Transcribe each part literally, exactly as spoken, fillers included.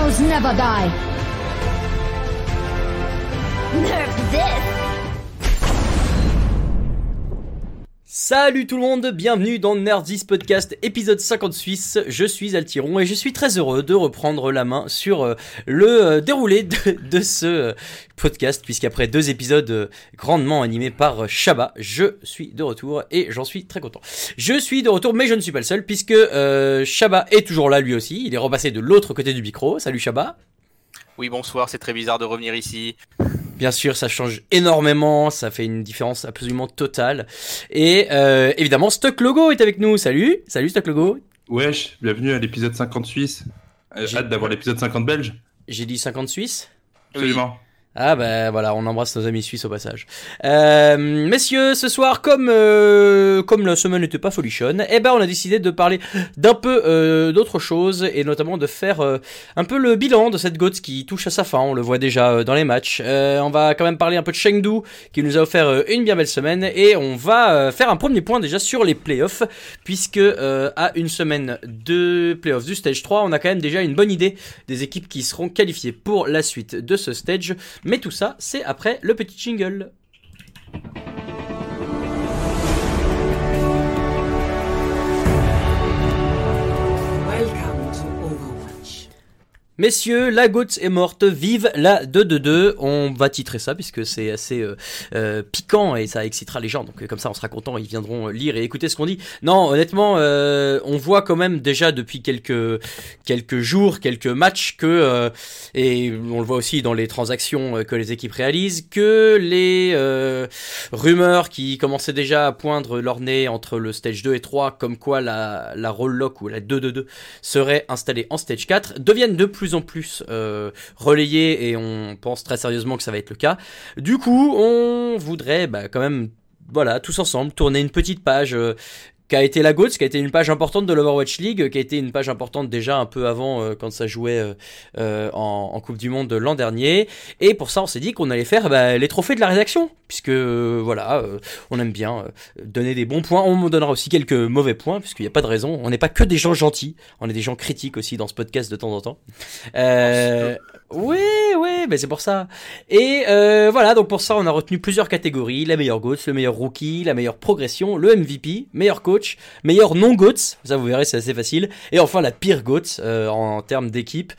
Heroes never die. Nerf this. Salut tout le monde, bienvenue dans Nerdist Podcast épisode cinquante-six, je suis Altiron et je suis très heureux de reprendre la main sur euh, le euh, déroulé de, de ce euh, podcast, puisqu'après deux épisodes euh, grandement animés par euh, Shabba, je suis de retour et j'en suis très content. Je suis de retour mais je ne suis pas le seul, puisque euh, Shabba est toujours là lui aussi, il est repassé de l'autre côté du micro. Salut Shabba. Oui, bonsoir, c'est très bizarre de revenir ici. Bien sûr, ça change énormément, ça fait une différence absolument totale. Et euh, évidemment, Stock Logo est avec nous. Salut, salut Stock Logo. Wesh, bienvenue à l'épisode cinquante suisse. Euh, hâte d'avoir l'épisode cinquante belge. J'ai dit cinquante suisse ? Absolument. Oui. Ah ben voilà, on embrasse nos amis suisses au passage. Euh, messieurs, ce soir, comme euh, comme la semaine n'était pas folichonne, eh ben on a décidé de parler d'un peu euh, d'autre chose et notamment de faire euh, un peu le bilan de cette G O T S qui touche à sa fin. On le voit déjà euh, dans les matchs. Euh, on va quand même parler un peu de Chengdu qui nous a offert euh, une bien belle semaine et on va euh, faire un premier point déjà sur les playoffs puisque euh, à une semaine de playoffs du stage trois, on a quand même déjà une bonne idée des équipes qui seront qualifiées pour la suite de ce stage. Mais tout ça, c'est après le petit jingle. Messieurs, la G O T S est morte, vive la deux deux deux. On va titrer ça puisque c'est assez euh, euh, piquant et ça excitera les gens. Donc comme ça, on sera content, ils viendront lire et écouter ce qu'on dit. Non, honnêtement, euh, on voit quand même déjà depuis quelques quelques jours, quelques matchs que euh, et on le voit aussi dans les transactions que les équipes réalisent, que les euh, rumeurs qui commençaient déjà à poindre leur nez entre le stage deux et trois, comme quoi la la roll lock ou la deux deux deux serait installée en stage quatre, deviennent de plus en plus euh, relayé et on pense très sérieusement que ça va être le cas. Du coup, on voudrait bah, quand même, voilà, tous ensemble, tourner une petite page euh, qui a été la G O T S, qui a été une page importante de l'Overwatch League, qui a été une page importante déjà un peu avant euh, quand ça jouait euh, euh, en, en Coupe du Monde l'an dernier. Et pour ça, on s'est dit qu'on allait faire bah, les trophées de la rédaction, puisque euh, voilà, euh, on aime bien euh, donner des bons points. On donnera aussi quelques mauvais points, puisqu'il n'y a pas de raison. On n'est pas que des gens gentils, on est des gens critiques aussi dans ce podcast de temps en temps. Euh, oui, oui, mais c'est pour ça. Et euh, voilà, donc pour ça, on a retenu plusieurs catégories: la meilleure G O T S, le meilleur rookie, la meilleure progression, le M V P, meilleur coach, meilleur non-G O T S, ça vous verrez, c'est assez facile, et enfin la pire G O T S euh, en termes d'équipe.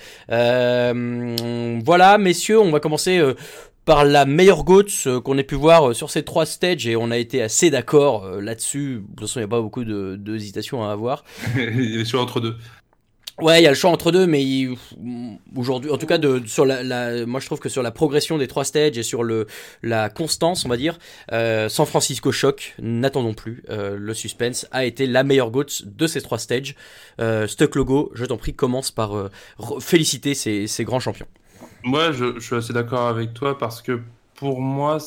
Euh, voilà, messieurs, on va commencer euh, par la meilleure G O T S euh, qu'on ait pu voir euh, sur ces trois stages, et on a été assez d'accord euh, là-dessus. De toute façon, il n'y a pas beaucoup de, d'hésitation à avoir. Il y a le choix entre deux. Ouais, il y a le choix entre deux, mais il, aujourd'hui, en tout cas, de, sur la, la, moi je trouve que sur la progression des trois stages et sur le, la constance, on va dire, euh, San Francisco Shock, n'attendons plus, euh, le suspense, a été la meilleure G O T S de ces trois stages. Euh, Stuck Logo, je t'en prie, commence par euh, féliciter ces, ces grands champions. Moi, je, je suis assez d'accord avec toi parce que pour moi,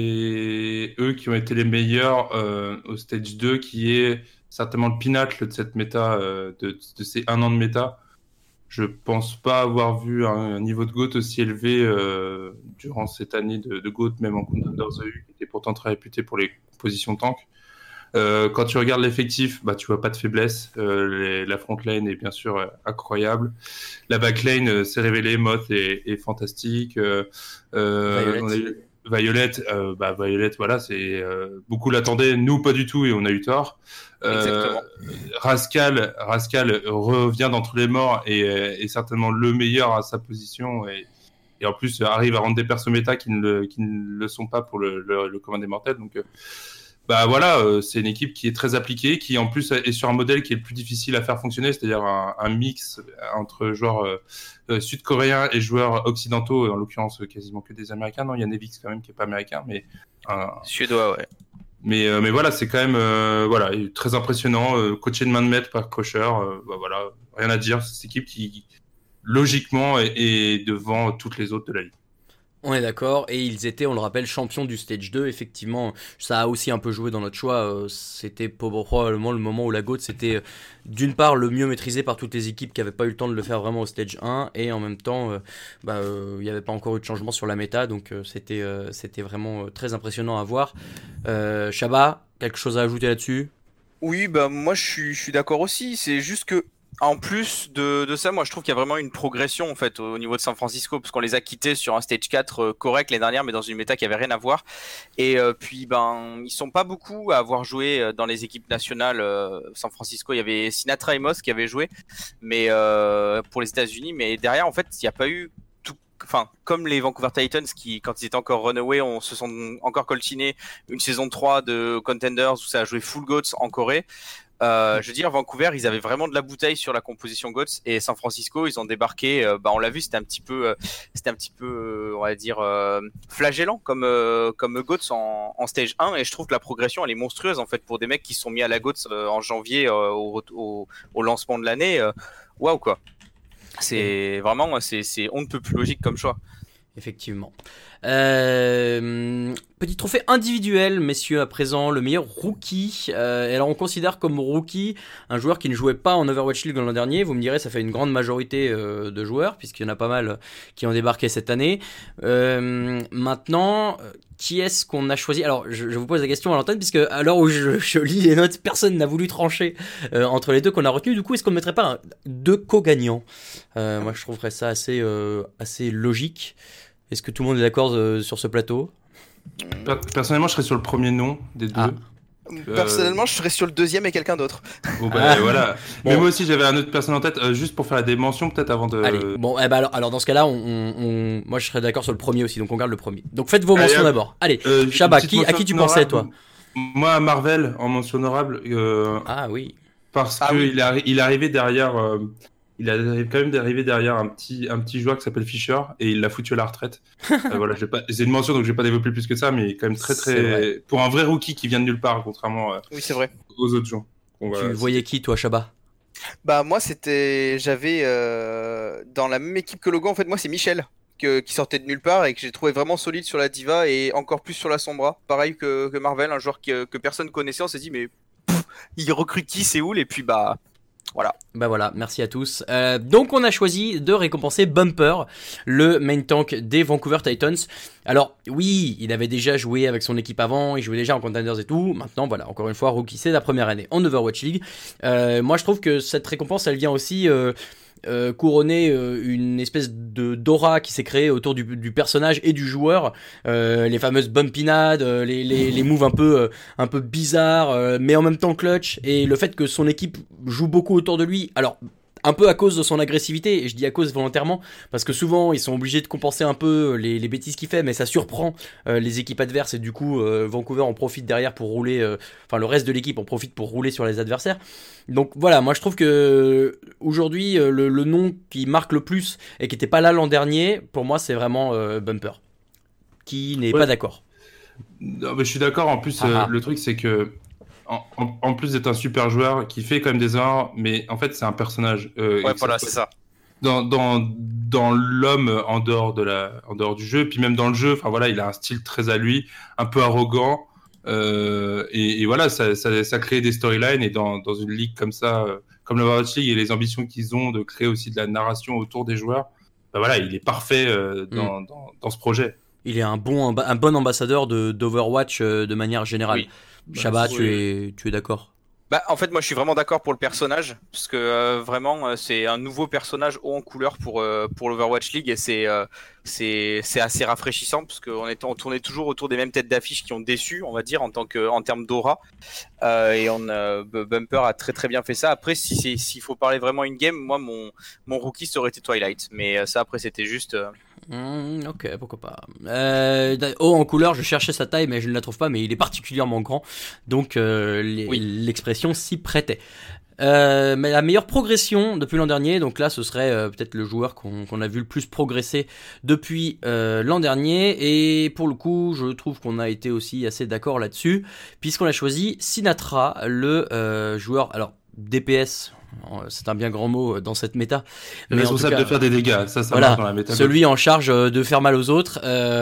c'est eux qui ont été les meilleurs euh, au stage deux, qui est certainement le pinacle de cette méta, euh, de, de ces un an de méta. Je pense pas avoir vu un, un niveau de G O T aussi élevé euh, durant cette année de, de G O T, même en Contender the U, qui était pourtant très réputé pour les positions tank. Euh, quand tu regardes l'effectif, bah, tu vois pas de faiblesse. Euh, les, la front lane est bien sûr euh, incroyable. La back lane euh, s'est révélée, Moth est, est fantastique. Euh, euh, on a eu Violette, euh, bah Violette, voilà, c'est euh, beaucoup l'attendaient, nous pas du tout et on a eu tort. Euh, Rascal, Rascal revient d'entre les morts et est certainement le meilleur à sa position et, et en plus arrive à rendre des persos méta qui ne le, qui ne le sont pas pour le, le, le commun des mortels. Donc euh, bah voilà, euh, c'est une équipe qui est très appliquée, qui en plus est sur un modèle qui est le plus difficile à faire fonctionner, c'est-à-dire un, un mix entre joueurs euh, euh, sud-coréens et joueurs occidentaux, en l'occurrence quasiment que des Américains. Non, il y a Nevix quand même qui est pas américain, mais un... suédois, ouais. Mais euh, mais voilà, c'est quand même euh, voilà très impressionnant, euh, coaché de main de maître par Crusher. Euh, bah voilà, rien à dire. C'est cette équipe qui logiquement est, est devant toutes les autres de la ligue. On est d'accord, et ils étaient, on le rappelle, champions du Stage deux, effectivement, ça a aussi un peu joué dans notre choix, euh, c'était probablement le moment où la G O T S était, euh, d'une part, le mieux maîtrisé par toutes les équipes qui n'avaient pas eu le temps de le faire vraiment au Stage un, et en même temps, euh, bah, euh, il n'y avait pas encore eu de changement sur la méta, donc euh, c'était, euh, c'était vraiment euh, très impressionnant à voir. Euh, Shabba, quelque chose à ajouter là-dessus ? Oui, bah moi je suis, je suis d'accord aussi, c'est juste que En plus de, de ça, moi je trouve qu'il y a vraiment une progression en fait au niveau de San Francisco, parce qu'on les a quittés sur un stage quatre euh, correct l'année dernière, mais dans une méta qui avait rien à voir. Et euh, puis ben ils sont pas beaucoup à avoir joué euh, dans les équipes nationales. euh, San Francisco, il y avait Sinatra et Moss qui avaient joué, mais euh, pour les États-Unis. Mais derrière en fait, il n'y a pas eu tout. Enfin, comme les Vancouver Titans qui, quand ils étaient encore runaway, on se sont encore coltinés une saison trois de Contenders où ça a joué full goats en Corée. Euh, je veux dire, Vancouver, ils avaient vraiment de la bouteille sur la composition GOATS, et San Francisco, ils ont débarqué. Euh, bah, on l'a vu, c'était un petit peu, euh, c'était un petit peu, euh, on va dire, euh, flagellant comme euh, comme GOATS en, en stage un. Et je trouve que la progression, elle est monstrueuse en fait pour des mecs qui se sont mis à la GOATS euh, en janvier euh, au, au, au lancement de l'année. Euh, Waouh quoi! C'est vraiment, c'est c'est on ne peut plus logique comme choix. Effectivement. Euh, petit trophée individuel, messieurs, à présent, le meilleur rookie. Euh, alors, on considère comme rookie un joueur qui ne jouait pas en Overwatch League l'an dernier. Vous me direz, ça fait une grande majorité euh, de joueurs, puisqu'il y en a pas mal qui ont débarqué cette année. Euh, maintenant, qui est-ce qu'on a choisi? Alors, je, je vous pose la question à l'antenne, puisque à l'heure où je, je lis les notes, personne n'a voulu trancher euh, entre les deux qu'on a retenus. Du coup, est-ce qu'on ne mettrait pas un, deux co-gagnants? euh, Moi, je trouverais ça assez, euh, assez logique. Est-ce que tout le monde est d'accord euh, sur ce plateau? Personnellement, je serais sur le premier nom des deux. Ah. Euh... Personnellement, je serais sur le deuxième et quelqu'un d'autre. Bon, bah, Ah. voilà. Bon. Mais moi aussi, j'avais un autre personne en tête, euh, juste pour faire la démention, peut-être avant de. Allez, bon, eh ben alors, alors dans ce cas-là, on, on, on- moi je serais d'accord sur le premier aussi, donc on garde le premier. Donc faites vos Allez, mentions hop. d'abord. Allez, Euh, Shabba, petite qui, à mention qui tu pensais toi? honorable. Moi, à Marvel, en mention honorable, euh, Ah oui. parce Ah que oui. il, est arri- il est arrivé derrière. euh, Il arrive quand même d'arriver derrière un petit, un petit joueur qui s'appelle Fischer et il l'a foutu à la retraite. euh, voilà, j'ai pas, c'est une mention donc je vais pas développer plus que ça, mais il est quand même très C'est très vrai. pour un vrai rookie qui vient de nulle part, contrairement euh, Oui, c'est vrai. aux autres gens. Bon, Tu voilà, voyais qui toi, Shabba? Bah moi c'était, j'avais euh, dans la même équipe que Logan en fait moi c'est Michel que- qui sortait de nulle part et que j'ai trouvé vraiment solide sur la Diva et encore plus sur la Sombra. Pareil que, que Marvel, un joueur que, que personne connaissait, on s'est dit mais pff, il recrute qui, c'est où? Et puis bah voilà. Bah voilà, merci à tous. Euh, donc on a choisi de récompenser Bumper, le main tank des Vancouver Titans. Alors oui, il avait déjà joué avec son équipe avant, il jouait déjà en Contenders et tout. Maintenant voilà, encore une fois, rookie, c'est la première année en Overwatch League. Euh, moi je trouve que cette récompense, elle vient aussi euh, euh, couronner euh, une espèce de d'aura qui s'est créée autour du, du personnage et du joueur. Euh, les fameuses bumpinades, euh, les, les, les moves un peu, euh, un peu bizarres, euh, mais en même temps clutch, et le fait que son équipe joue beaucoup autour de lui. Alors, un peu à cause de son agressivité, et je dis à cause volontairement, parce que souvent ils sont obligés de compenser un peu les, les bêtises qu'il fait, mais ça surprend euh, les équipes adverses, et du coup euh, Vancouver en profite derrière pour rouler, euh, enfin le reste de l'équipe en profite pour rouler sur les adversaires. Donc voilà, moi je trouve que aujourd'hui euh, le, le nom qui marque le plus, et qui n'était pas là l'an dernier, pour moi c'est vraiment euh, Bumper. Qui n'est Ouais. pas d'accord? Non, mais je suis d'accord. En plus, Ah euh, ah. le truc, c'est que, en, en- en plus d'être un super joueur qui fait quand même des erreurs, mais en fait, c'est un personnage. euh, et Ouais, que voilà, ça c'est soit ça. Dans, dans, dans l'homme en dehors de la, en dehors du jeu, puis même dans le jeu. Enfin voilà, il a un style très à lui, un peu arrogant, euh, et, et voilà, ça, ça, ça crée des storylines. Et dans, dans une ligue comme ça, euh, comme la Overwatch League, et les ambitions qu'ils ont de créer aussi de la narration autour des joueurs, bah voilà, il est parfait euh, dans, dans, dans ce projet. Il est un bon, amba- un bon ambassadeur de d'Overwatch euh, de manière générale. Oui. Shabba, Bah, tu oui. es, tu es d'accord? Bah, en fait, moi, je suis vraiment d'accord pour le personnage, parce que euh, vraiment, euh, c'est un nouveau personnage haut en couleur pour euh, pour l'Overwatch League, et c'est euh, c'est c'est assez rafraîchissant, parce qu'on était on tournait toujours autour des mêmes têtes d'affiche qui ont déçu, on va dire, en tant que en termes d'aura. Euh, et on euh, B- Bumper a très très bien fait ça. Après, si c'est s'il faut parler vraiment in game, moi mon mon rookie ça aurait été Twilight, mais euh, ça après c'était juste. euh, Hmm, ok, pourquoi pas. Euh, oh, en couleur, je cherchais sa taille, mais je ne la trouve pas, mais il est particulièrement grand, donc euh, l- Oui. l'expression s'y prêtait. Euh, mais la meilleure progression depuis l'an dernier, donc là ce serait euh, peut-être le joueur qu'on qu'on a vu le plus progresser depuis euh, l'an dernier, et pour le coup je trouve qu'on a été aussi assez d'accord là-dessus, puisqu'on a choisi Sinatra, le euh, joueur, alors D P S, c'est un bien grand mot dans cette méta, mais en tout Responsable cas, de faire des dégâts, ça, ça voilà, marche dans la méta. celui en charge euh, de faire mal aux autres,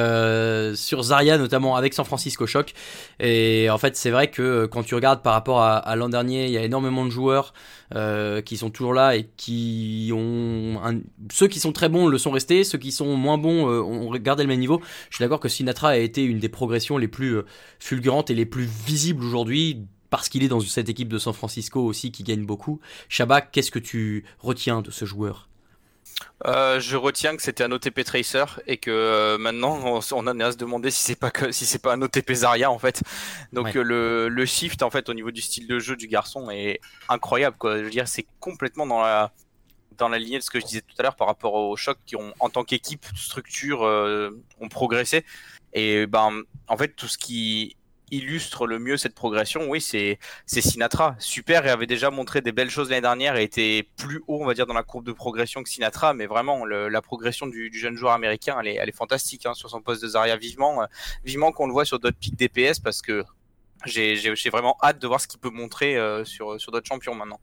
euh, sur Zarya notamment avec San Francisco Shock. Et en fait c'est vrai que euh, quand tu regardes par rapport à, à l'an dernier, il y a énormément de joueurs euh, qui sont toujours là et qui ont un... ceux qui sont très bons le sont restés, ceux qui sont moins bons euh, ont gardé le même niveau. Je suis d'accord que Sinatra a été une des progressions les plus euh, fulgurantes et les plus visibles aujourd'hui. parce qu'il est dans cette équipe de San Francisco aussi qui gagne beaucoup. Shabba, qu'est-ce que tu retiens de ce joueur ? Euh, je retiens que c'était un O T P Tracer et que euh, maintenant on, on en est à se demander si c'est pas que, si c'est pas un O T P Zarya en fait. Donc Ouais. euh, le, le shift en fait au niveau du style de jeu du garçon est incroyable quoi. Je veux dire c'est complètement dans la dans la lignée de ce que je disais tout à l'heure par rapport aux Shock qui ont en tant qu'équipe structure euh, ont progressé et ben en fait tout ce qui illustre le mieux cette progression, oui, c'est c'est Sinatra. Super, et avait déjà montré des belles choses l'année dernière et était plus haut, on va dire, dans la courbe de progression que Sinatra, mais vraiment, le, la progression du, du jeune joueur américain, elle est, elle est fantastique hein, sur son poste de Zarya. Vivement, euh, vivement qu'on le voit sur d'autres pics D P S parce que j'ai, j'ai, j'ai vraiment hâte de voir ce qu'il peut montrer euh, sur, sur d'autres champions maintenant.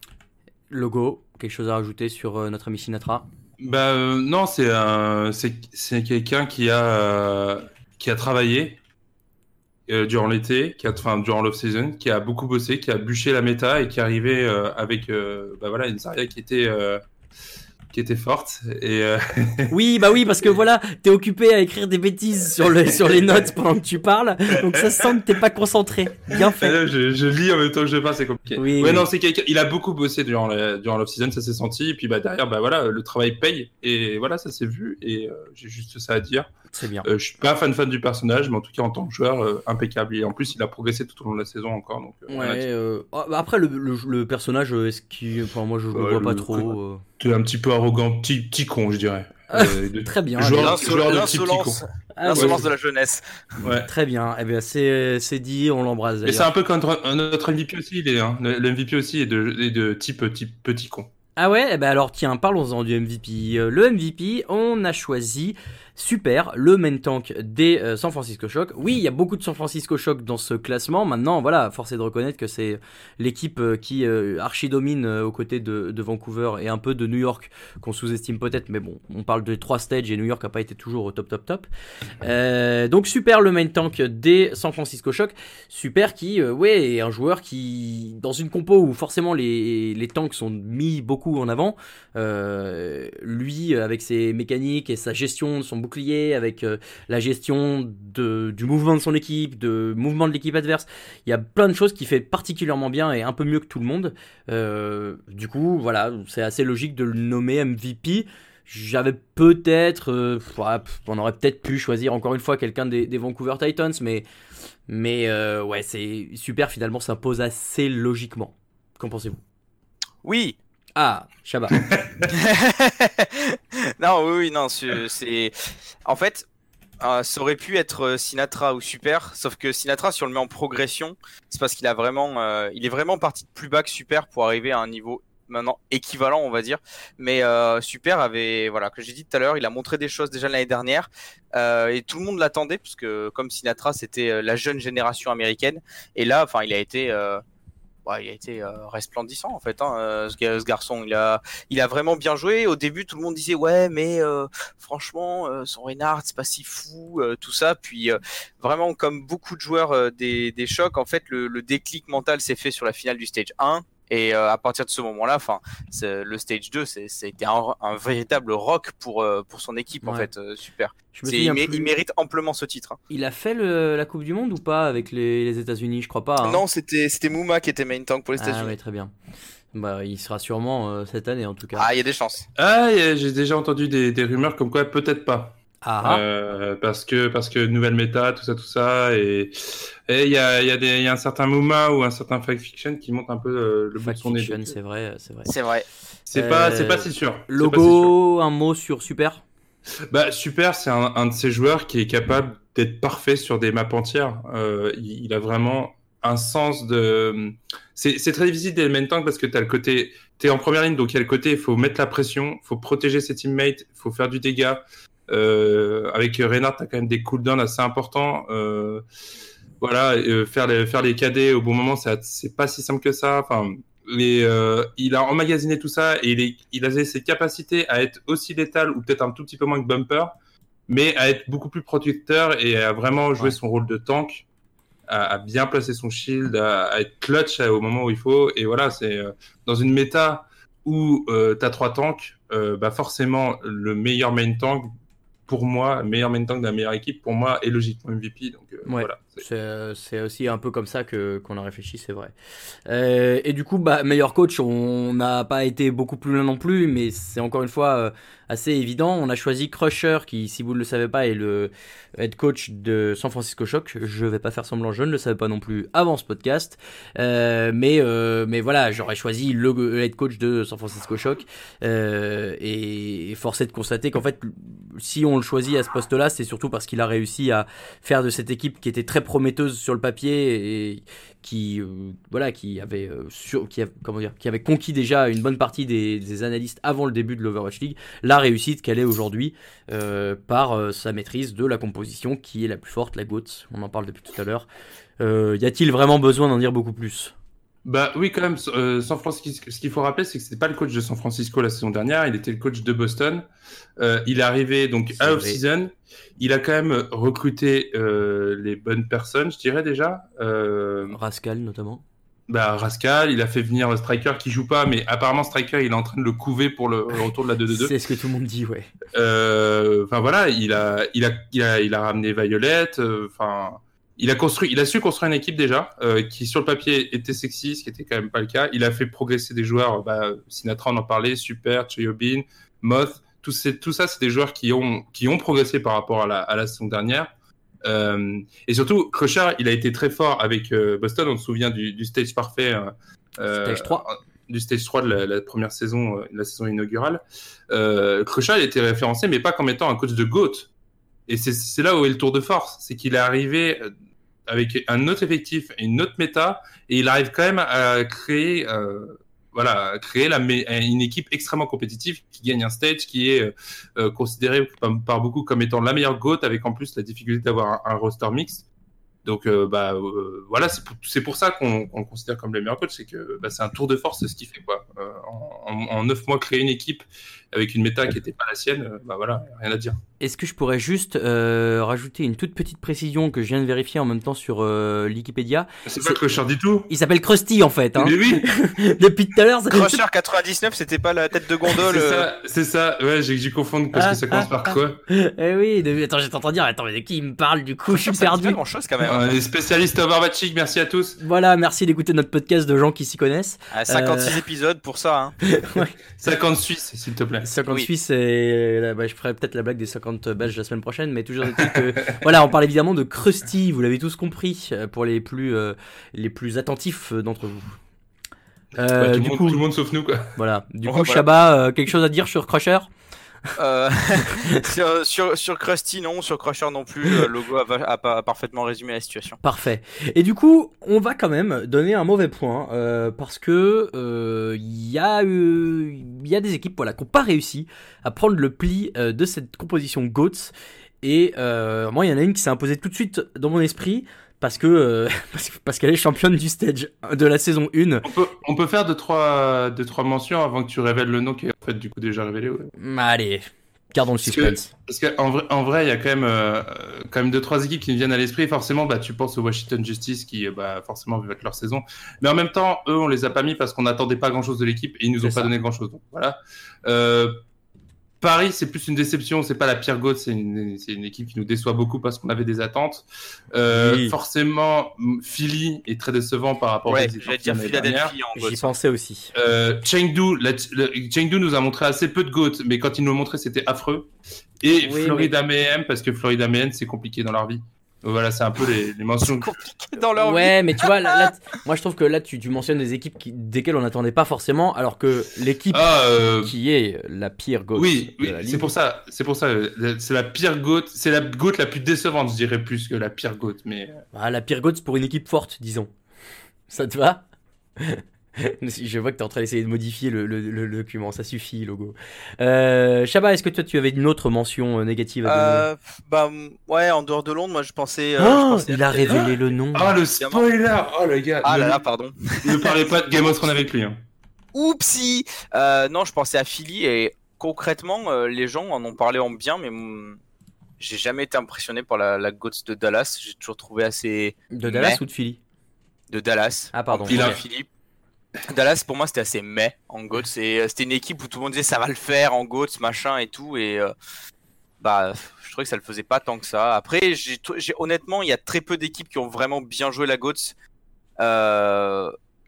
Logo, quelque chose à rajouter sur euh, notre ami Sinatra ? Bah euh, non, c'est un, c'est c'est quelqu'un qui a euh, qui a travaillé euh, durant l'été, qui a enfin durant l'off-season, qui a beaucoup bossé, qui a bûché la méta et qui est arrivé euh, avec euh, bah voilà une Zarya qui était euh, qui était forte et euh, Oui, bah oui, parce que voilà, t'es occupé à écrire des bêtises sur, le, sur les notes pendant que tu parles, donc ça se sent que t'es pas concentré. Bien fait. je, je lis en même temps que je parle, c'est compliqué. Oui, ouais oui. non, c'est quelqu'un, il a beaucoup bossé durant le, durant l'off-season, ça s'est senti et puis bah derrière bah voilà, le travail paye et voilà, ça s'est vu et euh, j'ai juste ça à dire. Très bien. Euh, je suis pas fan fan du personnage, mais en tout cas en tant que joueur euh, impeccable et en plus il a progressé tout au long de la saison encore donc euh, Ouais, voilà. euh, ah, bah après le, le, le personnage, euh, est-ce qu'il, enfin moi je le Ouais, vois pas le- trop. euh. Tu es un petit peu arrogant, petit petit con je dirais. Ah, Euh, de- Très bien. joueur, allez. joueur de petit petit con. L'insolence, Ah, l'insolence ouais. de la jeunesse. Ouais. Très bien. Eh bien c'est c'est dit, on l'embrasse Et c'est d'ailleurs. un peu comme notre notre M V P aussi, il est hein. Le M V P aussi est de, est de type, type petit con. Ah ouais, eh ben alors tiens, parlons-en du M V P. Euh, Le M V P, on a choisi Super, le main tank des euh, San Francisco Shock. Oui, il y a beaucoup de San Francisco Shock dans ce classement. Maintenant, voilà, force est de reconnaître que c'est l'équipe euh, qui euh, archi-domine euh, aux côtés de, de Vancouver et un peu de New York, qu'on sous-estime peut-être, mais bon, on parle de trois stages et New York n'a pas été toujours au top, top, top. Euh, donc Super, le main tank des San Francisco Shock. Super qui, euh, ouais, est un joueur qui, dans une compo où forcément les, les tanks sont mis beaucoup en avant, euh, lui, avec ses mécaniques et sa gestion de son bouclier, avec euh, la gestion de, du mouvement de son équipe, de mouvement de l'équipe adverse, il y a plein de choses qu'il fait particulièrement bien et un peu mieux que tout le monde. Euh, du coup, voilà, c'est assez logique de le nommer M V P. J'avais peut-être, euh, ouais, on aurait peut-être pu choisir encore une fois quelqu'un des, des Vancouver Titans, mais, mais euh, ouais, c'est Super finalement s'impose assez logiquement. Qu'en pensez-vous ? Oui. Ah, Shabba. non, oui, oui, non, c'est, c'est... En fait, euh, ça aurait pu être Sinatra ou Super, sauf que Sinatra, si on le met en progression, c'est parce qu'il a vraiment, euh, il est vraiment parti de plus bas que Super pour arriver à un niveau maintenant équivalent, on va dire. Mais euh, Super avait, voilà, que j'ai dit tout à l'heure, il a montré des choses déjà l'année dernière, euh, et tout le monde l'attendait, parce que comme Sinatra, c'était la jeune génération américaine, et là, enfin, il a été... Euh, Ouais, il a été euh, resplendissant en fait, hein, euh, ce, ce garçon. Il a, il a vraiment bien joué. Au début, tout le monde disait ouais, mais euh, franchement, euh, son Reinhardt, c'est pas si fou, euh, tout ça. Puis euh, vraiment, comme beaucoup de joueurs euh, des, des chocs, en fait, le, le déclic mental s'est fait sur la finale du stage un. Et euh, à partir de ce moment-là, enfin, le stage deux, c'est, c'était un, un véritable rock pour euh, pour son équipe, ouais. En fait, euh, Super. Je me c'est, il, mé- il mérite amplement ce titre. Hein. Il a fait le, la Coupe du Monde ou pas avec les, les États-Unis, je crois pas. Hein. Non, c'était c'était Mouma qui était main tank pour les États-Unis. Ah ouais, très bien. Bah, il sera sûrement euh, cette année en tout cas. Ah, il y a des chances. Ah, j'ai déjà entendu des, des rumeurs comme quoi peut-être pas. Ah. Euh, parce que parce que nouvelle méta, tout ça, tout ça, et et il y a il y a des il y a un certain Mouma ou un certain Fact Fiction qui monte un peu euh, le bout de son nez. Fiction, c'est vrai, c'est vrai. C'est vrai. C'est euh, pas c'est pas si sûr. Logo, pas si sûr. Un mot sur Super. Bah Super, c'est un, un de ces joueurs qui est capable d'être parfait sur des maps entières. Euh, il, il a vraiment un sens de. C'est c'est très difficile d'être main tank parce que t'as le côté t'es en première ligne, donc il y a le côté il faut mettre la pression, faut protéger ses teammates, il faut faire du dégât. Euh, avec Reinhardt, t'as quand même des cooldowns assez importants. Euh, voilà, euh, faire les faire les K D au bon moment, c'est c'est pas si simple que ça. Enfin, les, euh, il a emmagasiné tout ça et il, est, il a ses capacités à être aussi létal ou peut-être un tout petit peu moins que Bumper, mais à être beaucoup plus protecteur et à vraiment jouer ouais. son rôle de tank, à, à bien placer son shield, à, à être clutch au moment où il faut. Et voilà, c'est euh, dans une méta où euh, t'as trois tanks, euh, bah forcément le meilleur main tank. Pour moi, meilleur main tank de la meilleure équipe, pour moi, est logiquement M V P. Donc euh, ouais. voilà, C'est, c'est aussi un peu comme ça que, qu'on a réfléchi, c'est vrai. Euh, et du coup, bah, meilleur coach, on n'a pas été beaucoup plus loin non plus, mais c'est encore une fois euh, assez évident. On a choisi Crusher, qui, si vous ne le savez pas, est le head coach de San Francisco Shock. Je vais pas faire semblant, je ne le savais pas non plus avant ce podcast. Euh, mais, euh, mais voilà, j'aurais choisi le head coach de San Francisco Shock. Euh, et, et force est de constater qu'en fait, si on le choisit à ce poste-là, c'est surtout parce qu'il a réussi à faire de cette équipe qui était très prometteuse sur le papier et qui euh, voilà qui avait euh, sur, qui, a, comment dire, qui avait conquis déjà une bonne partie des, des analystes avant le début de l'Overwatch League, la réussite qu'elle est aujourd'hui euh, par euh, sa maîtrise de la composition qui est la plus forte, la GOAT. On en parle depuis tout à l'heure. Euh, y a-t-il vraiment besoin d'en dire beaucoup plus ? Bah oui, quand même. Euh, San Francisco, ce qu'il faut rappeler, c'est que c'était pas le coach de San Francisco la saison dernière. Il était le coach de Boston. Euh, il est arrivé donc C'est à vrai. off-season. Il a quand même recruté euh, les bonnes personnes, je dirais déjà. Euh, Rascal notamment. bah Rascal, il a fait venir Striker qui joue pas, mais apparemment Striker, il est en train de le couver pour le, le retour de la deux deux deux. C'est ce que tout le monde dit, ouais. Euh, Enfin voilà, il a, il a, il a, il a ramené Violette. Enfin. Euh, Il a construit, il a su construire une équipe déjà euh, qui sur le papier était sexy, ce qui était quand même pas le cas. Il a fait progresser des joueurs, bah, Sinatra on en parlait, Super, Cheyobin, Moth, tout, ces, tout ça c'est des joueurs qui ont qui ont progressé par rapport à la, à la saison dernière. Euh, et surtout Crusher, il a été très fort avec euh, Boston. On se souvient du, du stage parfait, euh, Stage trois. du stage trois de la, la première saison, euh, la saison inaugurale. Euh, Crusher, il était référencé, mais pas comme étant un coach de GOAT. Et c'est, c'est là où est le tour de force, c'est qu'il est arrivé avec un autre effectif et une autre méta, et il arrive quand même à créer, euh, voilà, à créer la, une équipe extrêmement compétitive qui gagne un stage qui est euh, considéré par, par beaucoup comme étant la meilleure GOAT, avec en plus la difficulté d'avoir un, un roster mixte. Donc euh, bah euh, voilà, c'est pour, c'est pour ça qu'on, qu'on le considère comme le meilleur coach, c'est que bah, c'est un tour de force ce qu'il fait quoi. Euh, en neuf mois créer une équipe avec une méta qui n'était pas la sienne, euh, bah voilà, rien à dire. Est-ce que je pourrais juste euh, rajouter une toute petite précision que je viens de vérifier en même temps sur euh, Wikipédia. C'est, c'est pas Crusher du tout. Il s'appelle Krusty en fait. Hein. Mais oui. Depuis tout à l'heure. Ça Crusher quatre-vingt-dix-neuf, c'était pas la tête de gondole. C'est euh... ça, c'est ça. Ouais, j'ai dû confondre parce Ah, que ça commence ah, par quoi. Eh oui, de... attends, j'étais en train de dire, attends, mais de qui il me parle du coup, je suis Ça me dit perdu. pas grand chose quand même. Euh, les spécialistes Overwatch League, merci à tous. Voilà, merci d'écouter notre podcast de gens qui s'y connaissent. À cinquante-six Euh, épisodes pour ça. Hein. cinquante Suisses, s'il te plaît. cinquante Oui. Suisses, et là, bah, je ferai peut-être la blague des cinquante Belges la semaine prochaine, mais toujours est-il que voilà, on parle évidemment de Krusty, vous l'avez tous compris, euh, pour les plus euh, les plus attentifs euh, d'entre vous. Euh, Bah, tout, du le monde, coup, tout le monde sauf nous, quoi. voilà. Du Ouais, coup, voilà. Shabba, euh, quelque chose à dire sur Crusher? Euh, sur, sur, sur Krusty, non. Sur Crusher non plus. Le logo a, a, a parfaitement résumé la situation. Parfait. Et du coup, on va quand même donner un mauvais point euh, parce que il euh, y a il euh, y a des équipes voilà qui n'ont pas réussi à prendre le pli euh, de cette composition GOATS. Et euh, moi, il y en a une qui s'est imposée tout de suite dans mon esprit parce que euh, parce, parce qu'elle est championne du stage de la saison un. On peut, on peut faire deux trois, deux, trois mentions avant que tu révèles le nom qui est en fait du coup déjà révélé. Ouais. Allez, gardons le Parce suspense. Parce qu'en vrai, en vrai, il y a quand même, euh, quand même deux trois équipes qui me viennent à l'esprit. Forcément, bah, tu penses au Washington Justice qui, bah, forcément, avec leur saison. Mais en même temps, eux, on les a pas mis parce qu'on n'attendait pas grand chose de l'équipe et ils nous C'est ont ça. pas donné grand chose. Donc voilà. Euh, Paris, c'est plus une déception, c'est pas la pire GOAT, c'est une, c'est une équipe qui nous déçoit beaucoup parce qu'on avait des attentes. Euh, Oui. Forcément, Philly est très décevant par rapport Ouais, aux j'allais dire Philadelphie en J'y GOAT. pensais aussi. euh, Chengdu, la, la, Chengdu nous a montré assez peu de GOAT, mais quand ils nous le montraient, c'était affreux. Et Oui, Florida Mayhem, parce que Florida Mayhem, c'est compliqué dans leur vie. Donc voilà, c'est un peu les, les mentions. Compliqué dans leur vie. Ouais, mais tu vois, là, là, moi je trouve que là tu, tu mentionnes des équipes qui, desquelles on n'attendait pas forcément, alors que l'équipe Ah, euh, qui est la pire GOAT oui, de oui, la ligue. c'est pour ça, c'est pour ça, euh, c'est la pire GOAT, c'est la GOAT la plus décevante, je dirais, plus que la pire GOAT, mais. Ah, la pire GOAT pour une équipe forte, disons. Ça te va? Je vois que t'es en train d'essayer de modifier le, le, le, le document, ça suffit, logo. Euh, Shabba, est-ce que toi tu avais une autre mention euh, négative à donner? Euh, bah ouais, en dehors de Londres, moi je pensais. euh, Oh, je pensais il à- a révélé le nom. Ah, le spoiler! Oh, le gars! Ah ne, là là, pardon. ne parlez pas de Game of Thrones avec lui, hein. Oupsie. Euh, non, je pensais à Philly et concrètement, euh, les gens en ont parlé en bien, mais mm, j'ai jamais été impressionné par la, la GOAT de Dallas. J'ai toujours trouvé assez De Dallas meh. ou de Philly? de Dallas. Ah, pardon. Puis Il a- Philly. Dallas pour moi c'était assez meh en GOAT. C'est- C'était une équipe où tout le monde disait ça va le faire en GOAT, machin et tout. Et euh, bah je trouvais que ça le faisait pas tant que ça. Après, j'ai, j'ai honnêtement, il y a très peu d'équipes qui ont vraiment bien joué la GOATS. Euh,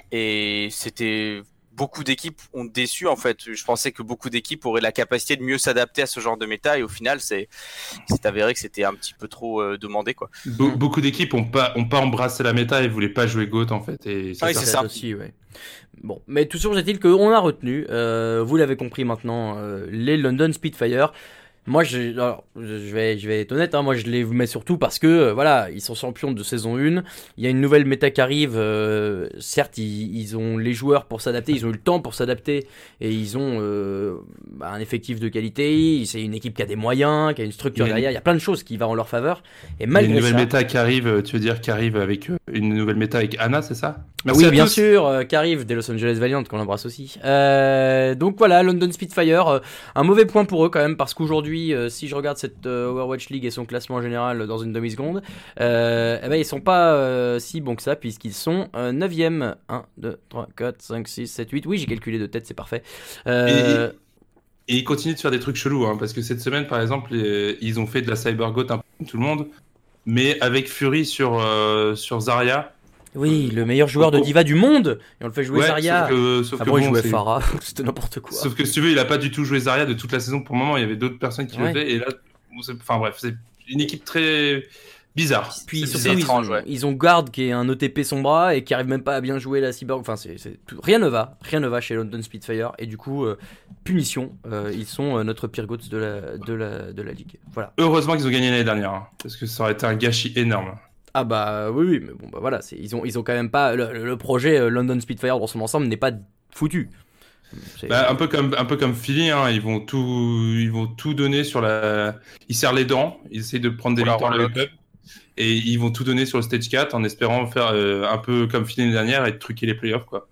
et c'était beaucoup d'équipes ont déçu en fait. Je pensais que beaucoup d'équipes auraient la capacité de mieux s'adapter à ce genre de méta et au final c'est c'est avéré que c'était un petit peu trop euh, demandé quoi. Be- beaucoup d'équipes ont pas ont pas embrassé la méta et voulaient pas jouer GOAT en fait. Et Ah oui, Ça, c'est ça. aussi, ouais. Bon, mais toujours est-il qu'on a retenu, euh, vous l'avez compris maintenant, euh, les London Spitfire. Moi, je, alors, je vais, je vais être honnête, hein, moi je les mets surtout parce que, euh, voilà, ils sont champions de saison un, il y a une nouvelle méta qui arrive, euh, certes, ils, ils ont les joueurs pour s'adapter, ils ont eu le temps pour s'adapter, et ils ont euh, bah, un effectif de qualité, c'est une équipe qui a des moyens, qui a une structure Il y a une- derrière, il y a plein de choses qui vont en leur faveur, et Il y a malgré une nouvelle ça... méta qui arrive, tu veux dire qui arrive avec euh, une nouvelle méta avec Anna, c'est ça? Merci oui, à bien tous. sûr, euh, qui arrive des Los Angeles Valiant, qu'on embrasse aussi. Euh, donc voilà, London Spitfire, euh, un mauvais point pour eux quand même, parce qu'aujourd'hui, euh, si je regarde cette euh, Overwatch League et son classement général dans une demi-seconde, euh, eh ben, ils sont pas euh, si bons que ça, puisqu'ils sont euh, neuvième. un, deux, trois, quatre, cinq, six, sept, huit. Oui, j'ai calculé de tête, c'est parfait. Euh, Et ils continuent de faire des trucs chelous, hein, parce que cette semaine, par exemple, les- ils ont fait de la CyberGoat un peu comme tout le monde, mais avec Fury sur, euh, sur Zarya. oui, le meilleur joueur de diva du monde, et on le fait jouer Ouais, Zarya. sauf que, sauf Ah que bon, il bon, jouait c'est- Pharah, c'était n'importe quoi. Sauf que si tu veux, il a pas du tout joué Zarya de toute la saison. Pour le moment, il y avait d'autres personnes qui Ouais. le faisaient, et là, bon, c'est- enfin bref, c'est une équipe très bizarre. Puis C'est surtout, c'est ils, étrange, ont, ouais. ils ont Guard qui est un O T P Sombra et qui arrive même pas à bien jouer la cyber. Enfin, c'est, c'est tout- rien ne va, rien ne va chez London Spitfire. Et du coup, euh, punition, euh, ils sont euh, notre pire goats de la, de la, de la ligue. Voilà. Heureusement qu'ils ont gagné l'année dernière, hein, parce que ça aurait été un gâchis énorme. Ah bah oui, oui, mais bon, bah voilà, c'est, ils, ont, ils ont quand même pas. Le, le projet euh, London Spitfire dans son ensemble n'est pas foutu. C'est- Bah, un peu comme un peu comme Philly, hein, ils vont tout ils vont tout donner sur la. Ils serrent les dents, ils essayent de prendre des Pour la victoires dans le relock. club. Et ils vont tout donner sur le stage quatre en espérant faire euh, un peu comme Philly l'année dernière et de truquer les playoffs, quoi.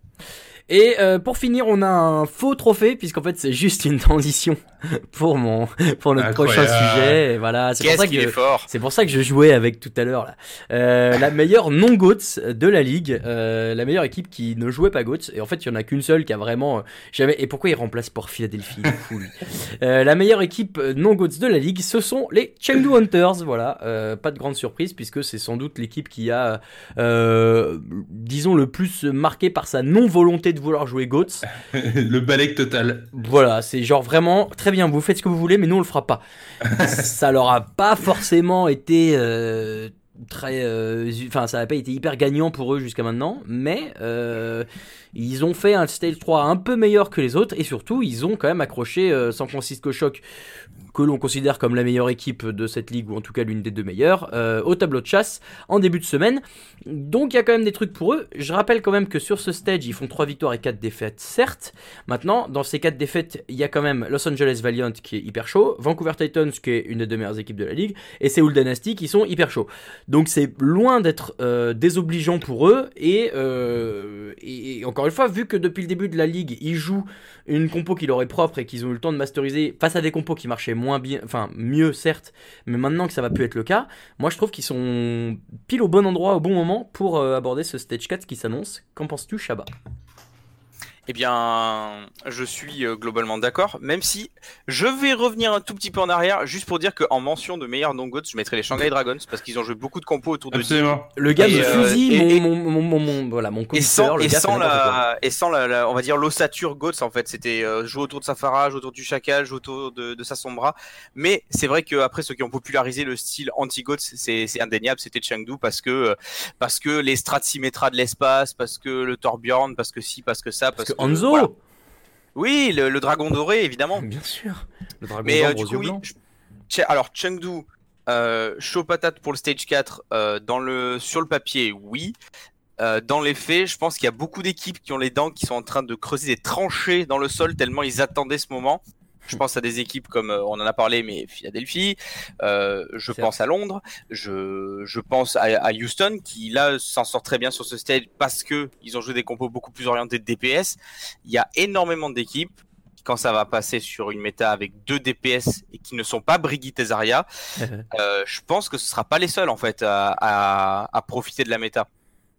Et euh, pour finir, on a un faux trophée, puisqu'en fait, c'est juste une transition pour, mon, pour notre prochain Incroyable. sujet. Et voilà, c'est pour Qu'est-ce ça qu'il que. est fort. C'est pour ça que je jouais avec tout à l'heure là. Euh, la meilleure non GOATS de la ligue, euh, la meilleure équipe qui ne jouait pas GOATS. Et en fait, il y en a qu'une seule qui a vraiment euh, jamais. Et pourquoi il remplace pour Philadelphie, il est fou, lui. Euh, La meilleure équipe non GOATS de la ligue, ce sont les Chengdu Hunters. Voilà, euh, pas de grande surprise puisque c'est sans doute l'équipe qui a, euh, disons, le plus marqué par sa non volonté de vouloir jouer GOATS. Le balai total. Voilà, c'est genre vraiment très bien, vous faites ce que vous voulez, mais nous on le fera pas. Ça leur a pas forcément été euh, très, euh, enfin ça n'a pas été hyper gagnant pour eux jusqu'à maintenant, mais euh, ils ont fait un stage trois un peu meilleur que les autres et surtout ils ont quand même accroché euh, San Francisco Shock, que l'on considère comme la meilleure équipe de cette ligue, ou en tout cas l'une des deux meilleures, euh, au tableau de chasse en début de semaine. Donc il y a quand même des trucs pour eux. Je rappelle quand même que sur ce stage, ils font trois victoires et quatre défaites, certes. Maintenant, dans ces quatre défaites, il y a quand même Los Angeles Valiant qui est hyper chaud, Vancouver Titans qui est une des deux meilleures équipes de la ligue, et Seoul Dynasty qui sont hyper chauds. Donc c'est loin d'être euh, désobligeant pour eux, et, euh, et, et encore une fois, vu que depuis le début de la ligue, ils jouent une compo qui leur est propre et qu'ils ont eu le temps de masteriser face à des compos qui marchaient moins bien, enfin mieux certes, mais maintenant que ça va plus être le cas, moi je trouve qu'ils sont pile au bon endroit au bon moment pour euh, aborder ce stage quatre qui s'annonce. Qu'en penses-tu, Shabba? Eh bien, je suis euh, globalement d'accord, même si je vais revenir un tout petit peu en arrière, juste pour dire qu'en mention de meilleurs non-goats, je mettrai les Shanghai Dragons, parce qu'ils ont joué beaucoup de compos autour de Absolument. Le gars Et, me euh, fusille et- mon, mon, mon, mon, mon- voilà, mon Et conducteur, sans, le et gars fait sans, n'importe quoi. la, et sans la, la- on va dire l'ossature Goats en fait, c'était euh, jouer autour de sa Farage, autour du Chacal, jouer autour de, de sa Sombra. Mais c'est vrai qu'après ceux qui ont popularisé le style anti-Goats, c'est, c'est indéniable, c'était Chengdu parce que euh, parce que les strats Symmetra de l'espace, parce que le Torbjorn, parce que si, parce que ça, Parce parce, que Hanzo, voilà. Oui, le, le dragon doré évidemment. bien sûr, le dragon Mais euh, d'ombre du aux coup, yeux oui. blancs. je- Che- Alors, Chengdu, euh, chaud patate pour le stage quatre, euh, dans le, sur le papier, oui. Euh, dans les faits, je pense qu'il y a beaucoup d'équipes qui ont les dents qui sont en train de creuser des tranchées dans le sol tellement ils attendaient ce moment. Je pense à des équipes comme, euh, on en a parlé, mais Philadelphie, euh, je Certes. pense à Londres, je, je pense à, à Houston qui là s'en sort très bien sur ce stage parce que ils ont joué des compos beaucoup plus orientés de D P S. Il y a énormément d'équipes quand ça va passer sur une méta avec deux D P S et qui ne sont pas Brigitte et Zarya, euh, je pense que ce sera pas les seuls en fait à, à, à profiter de la méta.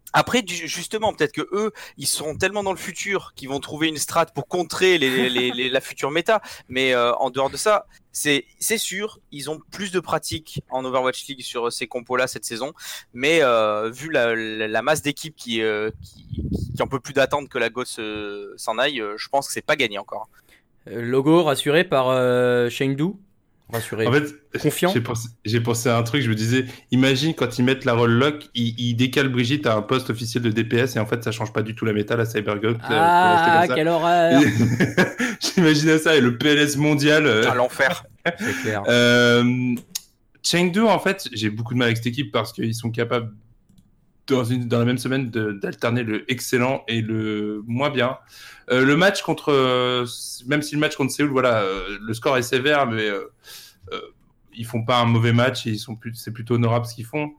Après, du- justement, peut-être que eux, ils seront tellement dans le futur qu'ils vont trouver une strat pour contrer les, les, les- la future méta. Mais euh, en dehors de ça, c'est c'est sûr, ils ont plus de pratique en Overwatch League sur ces compos-là cette saison. Mais euh, vu la, la, la masse d'équipes qui, euh, qui qui en peut plus d'attendre que la Goth se- s'en aille, euh, je pense que c'est pas gagné encore. Euh, Logo rassuré par euh, Chengdu. Rassuré. En fait, Confiant. j'ai pensé, j'ai pensé à un truc, je me disais, imagine quand ils mettent la roll lock, ils, ils décalent Brigitte à un poste officiel de D P S et en fait ça change pas du tout la méta, la Cybergoat. Ah, quelle horreur. J'imaginais ça et le P L S mondial. euh, À l'enfer. C'est clair. Euh, Chengdu, en fait, j'ai beaucoup de mal avec cette équipe parce qu'ils sont capables, dans, une, dans la même semaine, de- d'alterner le excellent et le moins bien. Euh, le match contre, euh, même si le match contre Séoul, voilà, euh, le score est sévère, mais euh, euh, ils font pas un mauvais match et ils sont plus, c'est plutôt honorable ce qu'ils font.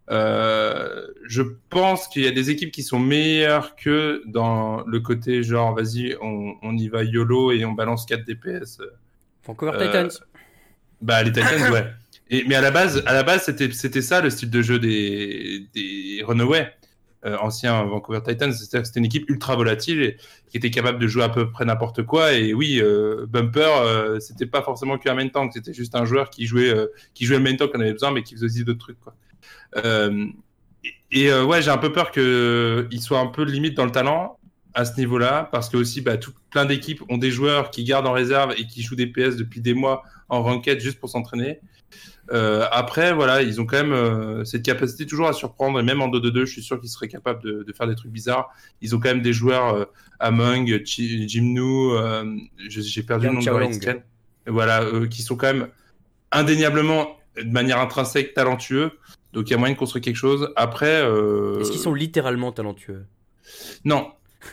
Euh, je pense qu'il y a des équipes qui sont meilleures que dans le côté genre, vas-y, on, on y va YOLO et on balance quatre D P S. Vancouver Euh, Titans. Bah les Titans, ouais. Et, mais à la base, à la base, c'était c'était ça le style de jeu des des Runaway, euh, anciens Vancouver Titans. C'est-à-dire que c'était une équipe ultra volatile et qui était capable de jouer à peu près n'importe quoi. Et oui, euh, Bumper, euh, c'était pas forcément qu'un main tank, c'était juste un joueur qui jouait euh, qui jouait le main tank qu'on avait besoin, mais qui faisait aussi d'autres trucs, quoi. Euh, et et euh, ouais, j'ai un peu peur que il soit un peu limite dans le talent à ce niveau-là, parce que aussi, bah, tout, plein d'équipes ont des joueurs qui gardent en réserve et qui jouent des P S depuis des mois en ranked juste pour s'entraîner. Euh, après, voilà, ils ont quand même euh, cette capacité toujours à surprendre, et même en deux deux deux, je suis sûr qu'ils seraient capables de, de faire des trucs bizarres. Ils ont quand même des joueurs, euh, Among, Chi- Jimnou, euh, je- j'ai perdu Yang le nom de Xiaolong. leur X-Gen. Voilà, euh, qui sont quand même indéniablement, de manière intrinsèque, talentueux. Donc il y a moyen de construire quelque chose. Après, euh... Est-ce qu'ils sont littéralement talentueux? non,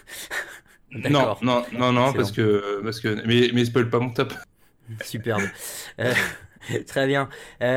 non, D'accord. non, non, non, Excellent. parce que, parce que, mais, mais spoil pas mon top. Superbe. Euh, très bien.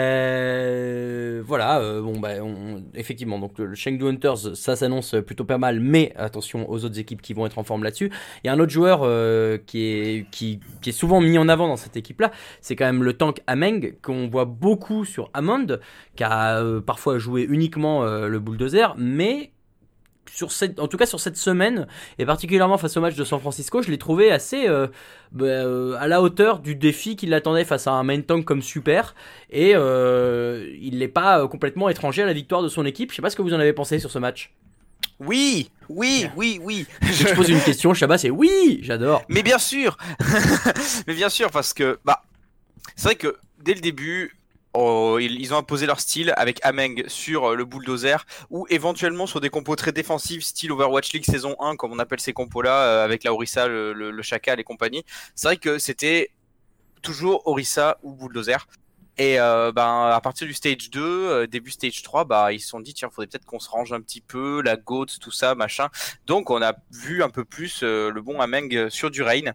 Euh, voilà. euh, bon, bah, on- effectivement, donc le Chengdu Hunters, ça s'annonce plutôt pas mal, mais attention aux autres équipes qui vont être en forme là-dessus. Il y a un autre joueur euh, qui est qui, qui est souvent mis en avant dans cette équipe-là. C'est quand même le tank Ameng qu'on voit beaucoup sur Hammond, qui a euh, parfois joué uniquement euh, le bulldozer, mais sur cette, en tout cas sur cette semaine, et particulièrement face au match de San Francisco, je l'ai trouvé assez euh, bah, euh, à la hauteur du défi qui l'attendait face à un main tank comme Super, et euh, il n'est pas euh, complètement étranger à la victoire de son équipe. Je sais pas ce que vous en avez pensé sur ce match. Oui, oui, oui, oui. Si je pose une question, Chabat, c'est oui, j'adore. Mais bien sûr, mais bien sûr, parce que bah, c'est vrai que dès le début, oh, ils, ils ont imposé leur style avec Ameng sur euh, le bulldozer ou éventuellement sur des compos très défensifs, style Overwatch League saison un, comme on appelle ces compos-là, euh, avec la Orisa, le, le, le Chacal et compagnie. C'est vrai que c'était toujours Orisa ou bulldozer. Et euh, ben, à partir du stage deux, euh, début stage trois, bah, ils se sont dit, tiens, faudrait peut-être qu'on se range un petit peu, la Goat, tout ça, machin. Donc, on a vu un peu plus euh, le bon Ameng sur du Rain.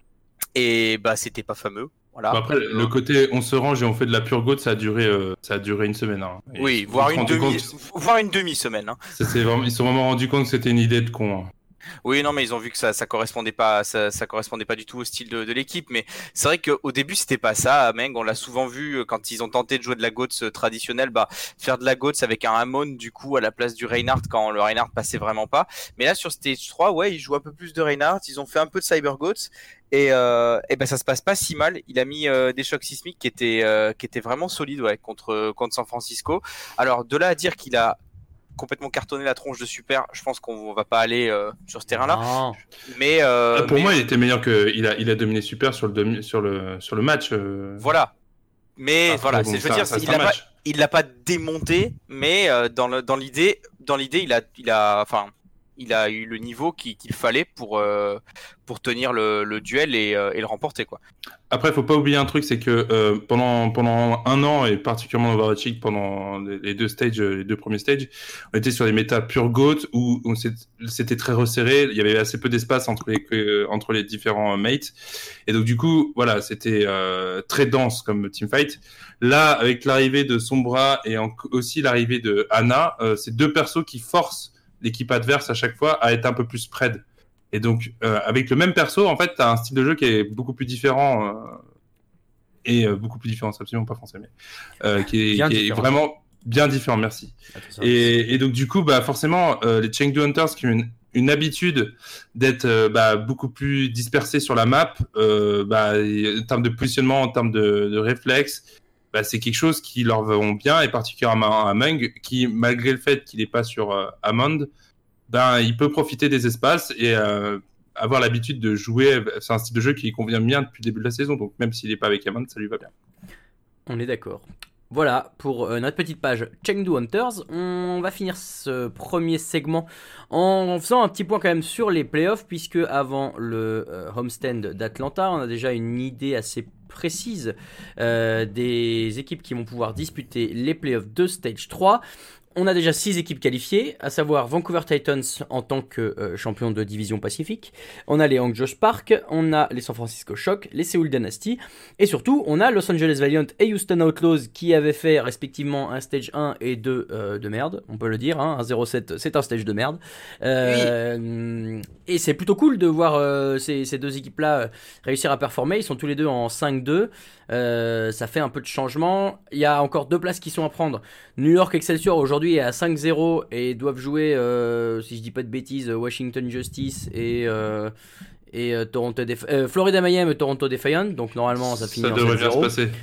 Et bah, c'était pas fameux. Voilà. Bon, après, le côté on se range et on fait de la pure goat, ça a duré, euh, ça a duré une semaine. Hein. Et Oui, ils se voire sont une rendus demi, compte- voire une demi-semaine. Hein. ça, c'est vraiment, ils se sont vraiment rendus compte que c'était une idée de con. Hein. Oui, non, mais ils ont vu que ça, ça correspondait pas, ça, ça correspondait pas du tout au style de, de l'équipe. Mais c'est vrai qu'au début, c'était pas ça. Meng, on l'a souvent vu euh, quand ils ont tenté de jouer de la Goats euh, traditionnelle, bah, faire de la Goats avec un Hamon, du coup, à la place du Reinhardt quand le Reinhardt passait vraiment pas. Mais là, sur Stage trois, ouais, ils jouent un peu plus de Reinhardt. Ils ont fait un peu de Cyber Goats. Et, euh, et ben, ça se passe pas si mal. Il a mis euh, des chocs sismiques qui étaient, euh, qui étaient vraiment solides, ouais, contre, contre San Francisco. Alors, de là à dire qu'il a complètement cartonné la tronche de Super, je pense qu'on va pas aller euh, sur ce terrain-là. Non. Mais euh, Ah, pour mais moi, il était meilleur que. Il a, il a dominé Super sur le, demi- sur le, sur le match. euh. voilà. Mais Après, voilà, bon, c'est, je veux ça- dire, ça c'est- il reste un l'a pas, match. il l'a pas démonté, mais euh, dans le, dans l'idée, dans l'idée, il a, il a, enfin, il a eu le niveau qu'il, qu'il fallait pour, euh, pour tenir le, le duel et, euh, et le remporter, quoi. Après, il faut pas oublier un truc, c'est que euh, pendant, pendant un an, et particulièrement dans Overwatch League, pendant les les deux stages, euh, les deux premiers stages, on était sur des méta pure GOAT où on s'est- c'était très resserré, il y avait assez peu d'espace entre les, que- entre les différents euh, mates. Et donc, du coup, voilà, c'était euh, très dense comme teamfight. Là, avec l'arrivée de Sombra et en- aussi l'arrivée de Ana, euh, c'est deux persos qui forcent l'équipe adverse à chaque fois à être un peu plus spread. Et donc, euh, avec le même perso, en fait, tu as un style de jeu qui est beaucoup plus différent. Euh, et euh, beaucoup plus différent, c'est absolument pas français, mais euh, qui est, Bien qui est différent. vraiment bien différent, merci. Attends, Et, et donc du coup, bah forcément, euh, les Chengdu Hunters qui ont une, une habitude d'être euh, bah, beaucoup plus dispersés sur la map, euh, bah, en termes de positionnement, en termes de, de réflexe, bah, c'est quelque chose qui leur vont bien, et particulièrement à Meng, qui malgré le fait qu'il n'est pas sur euh, Hammond, ben il peut profiter des espaces et euh, avoir l'habitude de jouer. C'est un style de jeu qui lui convient bien depuis le début de la saison, donc même s'il n'est pas avec Hammond, ça lui va bien. On est d'accord. Voilà pour euh, notre petite page Chengdu Hunters. On va finir ce premier segment en faisant un petit point quand même sur les playoffs, puisque avant le euh, homestand d'Atlanta, on a déjà une idée assez précise euh, des équipes qui vont pouvoir disputer les playoffs de Stage trois. On a déjà six équipes qualifiées, à savoir Vancouver Titans en tant que euh, champion de division Pacifique. On a les Hangzhou Spark, on a les San Francisco Shock, les Seoul Dynasty, et surtout on a Los Angeles Valiant et Houston Outlaws qui avaient fait respectivement un stage un et deux euh, de merde, on peut le dire, hein, un zéro sept c'est un stage de merde. Euh, oui. Et c'est plutôt cool de voir euh, ces, ces deux équipes-là euh, réussir à performer, ils sont tous les deux en cinq deux. Euh, ça fait un peu de changement. Il y a encore deux places qui sont à prendre. New York Excelsior aujourd'hui est à cinq zéro et doivent jouer, euh, si je dis pas de bêtises, Washington Justice et, euh, et euh, Toronto Def- euh, Florida Mayhem et Toronto Defiant. Donc normalement ça finit ça en devrait sept zéro. bien se passer.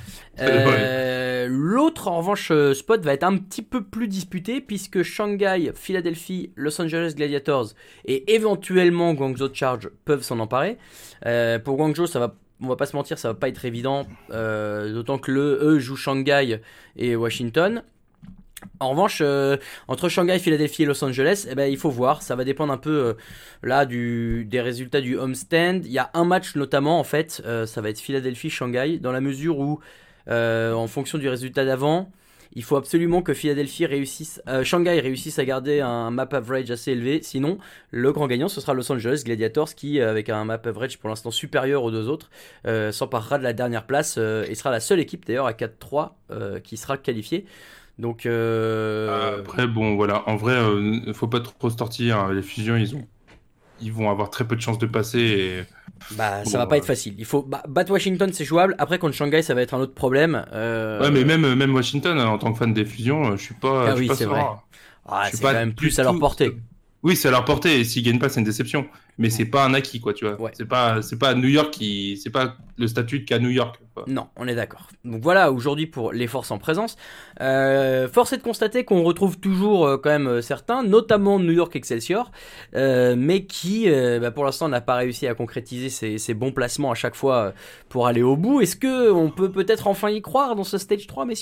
Euh, l'autre en revanche euh, spot va être un petit peu plus disputé puisque Shanghai, Philadelphie, Los Angeles Gladiators et éventuellement Guangzhou Charge peuvent s'en emparer. Euh, pour Guangzhou ça va, on va pas se mentir, ça va pas être évident, euh, d'autant que le, eux jouent Shanghai et Washington. En revanche, euh, entre Shanghai, Philadelphie et Los Angeles, eh ben, il faut voir, ça va dépendre un peu euh, là du, des résultats du homestand. Il y a un match notamment en fait, euh, ça va être Philadelphie-Shanghai, dans la mesure où, euh, en fonction du résultat d'avant, il faut absolument que Philadelphie réussisse, euh, Shanghai réussisse à garder un map average assez élevé. Sinon, le grand gagnant, ce sera Los Angeles Gladiators qui, avec un map average pour l'instant supérieur aux deux autres, euh, s'emparera de la dernière place euh, et sera la seule équipe d'ailleurs à quatre trois euh, qui sera qualifiée. Donc euh... après bon voilà, en vrai, euh, faut pas trop se tortiller. Hein. Les fusions, ils ont, ils vont avoir très peu de chances de passer. Et... Bah, bon, ça va pas euh... être facile. Il faut bah, battre Washington, c'est jouable. Après contre Shanghai, ça va être un autre problème. Euh... Ouais, mais même même Washington, en tant que fan des fusions, je suis pas. Ah je suis oui, pas c'est serein. vrai. Ah, je suis c'est pas quand même plus tout... à leur portée. Oui, c'est à leur portée. Et s'ils gagnent pas, c'est une déception. Mais c'est pas un acquis, quoi, tu vois. Ouais. C'est pas, c'est pas New York qui, c'est pas le statut qu'a New York. Quoi. Non, on est d'accord. Donc voilà, aujourd'hui pour les forces en présence. Euh, force est de constater qu'on retrouve toujours euh, quand même euh, certains, notamment New York Excelsior, euh, mais qui, euh, bah, pour l'instant, n'a pas réussi à concrétiser ses, ses bons placements à chaque fois euh, pour aller au bout. Est-ce que on peut peut-être enfin y croire dans ce stage trois, messieurs ?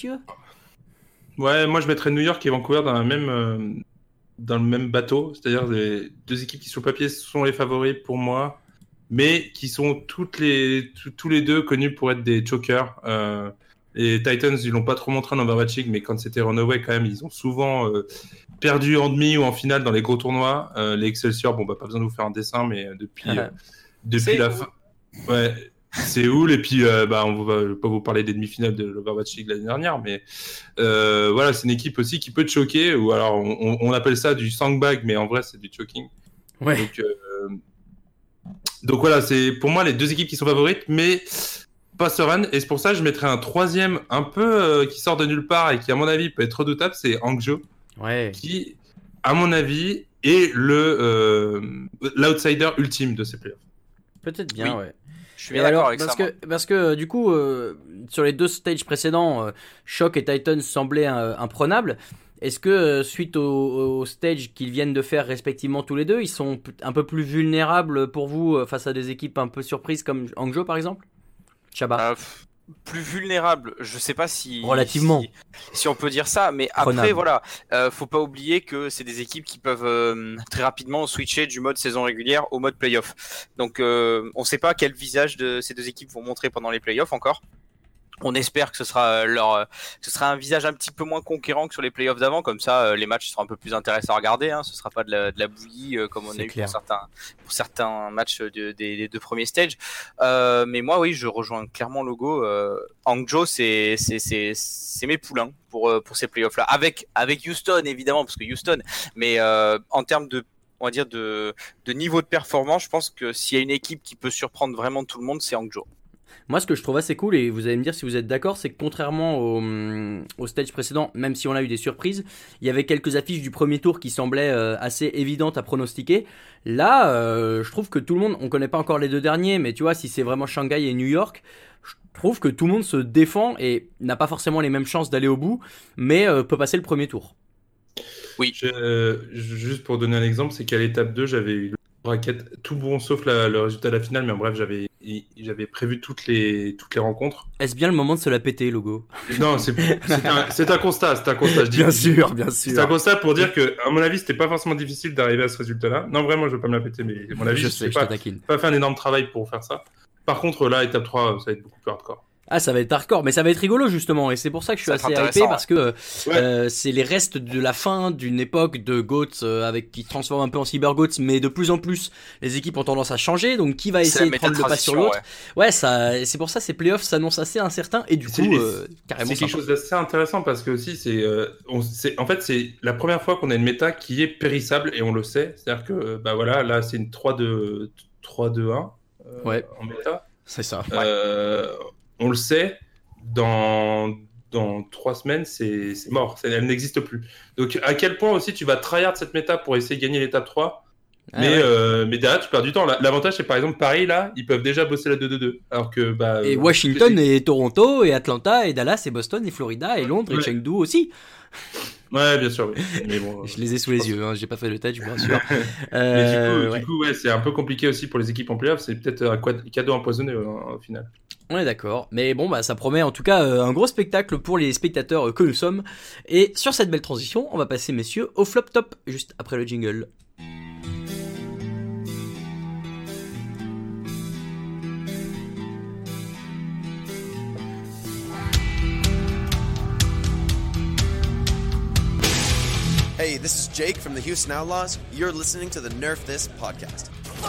Ouais, moi je mettrais New York et Vancouver dans la même. Euh... dans le même bateau, c'est-à-dire les deux équipes qui sur le papier sont les favoris pour moi, mais qui sont toutes les, tous les deux connus pour être des chokers. Euh, les Titans, ils l'ont pas trop montré en overwatching, mais quand c'était Runaway, quand même, ils ont souvent euh, perdu en demi ou en finale dans les gros tournois. Euh, les Excelsior, bon, bah, pas besoin de vous faire un dessin, mais depuis, euh, depuis la fin... Ouais, Séoul, et puis euh, bah, on va pas vous parler des demi-finales de l'Overwatch League l'année dernière, mais euh, voilà, c'est une équipe aussi qui peut te choquer, ou alors on, on appelle ça du sandbag, mais en vrai c'est du choking. Ouais. Donc, euh, donc voilà, c'est pour moi les deux équipes qui sont favorites, mais pas sereines, et c'est pour ça que je mettrais un troisième un peu euh, qui sort de nulle part et qui à mon avis peut être redoutable, c'est Hangzhou, ouais. qui à mon avis est le euh, l'outsider ultime de ces playoffs. Peut-être bien, oui. ouais. Je suis bien d'accord avec parce ça. Que, moi. parce que du coup, euh, sur les deux stages précédents, euh, Shock et Titans semblaient euh, imprenables. Est-ce que euh, suite au, au stage qu'ils viennent de faire respectivement tous les deux, ils sont un peu plus vulnérables pour vous euh, face à des équipes un peu surprises comme Hangzhou par exemple ? Chaba. Euh, plus vulnérable, je sais pas si relativement si, si on peut dire ça, mais après Prenable. voilà, euh, faut pas oublier que c'est des équipes qui peuvent euh, très rapidement switcher du mode saison régulière au mode playoff. Donc euh, on sait pas quel visage de ces deux équipes vont montrer pendant les playoffs encore. On espère que ce sera leur, que ce sera un visage un petit peu moins conquérant que sur les playoffs d'avant, comme ça euh, les matchs seront un peu plus intéressants à regarder. Hein. Ce sera pas de la, de la bouillie euh, comme on C'est a eu clair. pour certains, pour certains matchs de, des, des deux premiers stages. Euh, mais moi, oui, je rejoins clairement Logo. Euh, Hangzhou, c'est c'est c'est c'est mes poulains pour pour ces playoffs là, avec avec Houston évidemment parce que Houston. Mais euh, en termes de on va dire de de niveau de performance, je pense que s'il y a une équipe qui peut surprendre vraiment tout le monde, c'est Hangzhou. Moi, ce que je trouve assez cool, et vous allez me dire si vous êtes d'accord, c'est que contrairement au, hum, au stage précédent, même si on a eu des surprises, il y avait quelques affiches du premier tour qui semblaient euh, assez évidentes à pronostiquer. Là, euh, je trouve que tout le monde, on connaît pas encore les deux derniers, mais tu vois, si c'est vraiment Shanghai et New York, je trouve que tout le monde se défend et n'a pas forcément les mêmes chances d'aller au bout, mais euh, peut passer le premier tour. Oui. Je- juste pour donner un exemple, c'est qu'à l'étape deux, j'avais eu le bracket tout bon sauf la- le résultat de la finale, mais en bref, j'avais j'avais prévu toutes les, toutes les rencontres. Est-ce bien le moment de se la péter, logo? Non, c'est c'est un, c'est un constat, c'est un constat. Je dis, Bien sûr, bien C'est un sûr. constat pour dire que, à mon avis, c'était pas forcément difficile d'arriver à ce résultat-là. Non, vraiment, je veux pas me la péter, mais à mon avis, Je je sais, sais je te pas, taquine. pas fait un énorme travail pour faire ça. Par contre, là, étape trois, ça va être beaucoup plus hardcore. Ah, ça va être hardcore, mais ça va être rigolo justement, et c'est pour ça que je suis Ça va être assez hypé intéressant, parce que euh, Ouais. euh, c'est les restes de la fin d'une époque de GOATS euh, avec qui se transforme un peu en cyber GOATS, mais de plus en plus les équipes ont tendance à changer, donc qui va C'est essayer la de prendre le pas sur méta-transition, l'autre? ouais. Ouais, ça, c'est pour ça ces playoffs s'annoncent assez incertains et du C'est- coup euh, carrément C'est quelque sympa. chose d'assez intéressant parce que aussi, c'est, euh, on- c'est, en fait, c'est la première fois qu'on a une méta qui est périssable et on le sait. C'est-à-dire que, bah voilà, là, c'est une trois deux un euh, Ouais. en méta. C'est ça. Euh, on le sait, dans, dans trois semaines, c'est c'est mort. C'est- Elle n'existe plus. Donc, à quel point aussi tu vas tryhard cette méta pour essayer de gagner l'étape trois. Ah mais, ouais. euh, mais derrière, tu perds du temps. La- L'avantage, c'est par exemple Paris, là, ils peuvent déjà bosser la deux deux deux. Alors que, bah. Et euh, Washington et Toronto et Atlanta et Dallas et Boston et Florida et Londres et Ouais. Chengdu aussi. Ouais, bien sûr, oui. Mais bon. Je les ai sous les yeux, hein, j'ai pas fait de tête, je vous rassure. Mais Euh, du coup, ouais. du coup, ouais, c'est un peu compliqué aussi pour les équipes en playoff. C'est peut-être un quad- cadeau empoisonné euh, au final. On est d'accord, mais bon bah ça promet en tout cas euh, un gros spectacle pour les spectateurs euh, que nous sommes. Et sur cette belle transition, on va passer messieurs au flop top juste après le jingle. Hey, this is Jake from the Houston Outlaws. You're listening to the Nerf This podcast.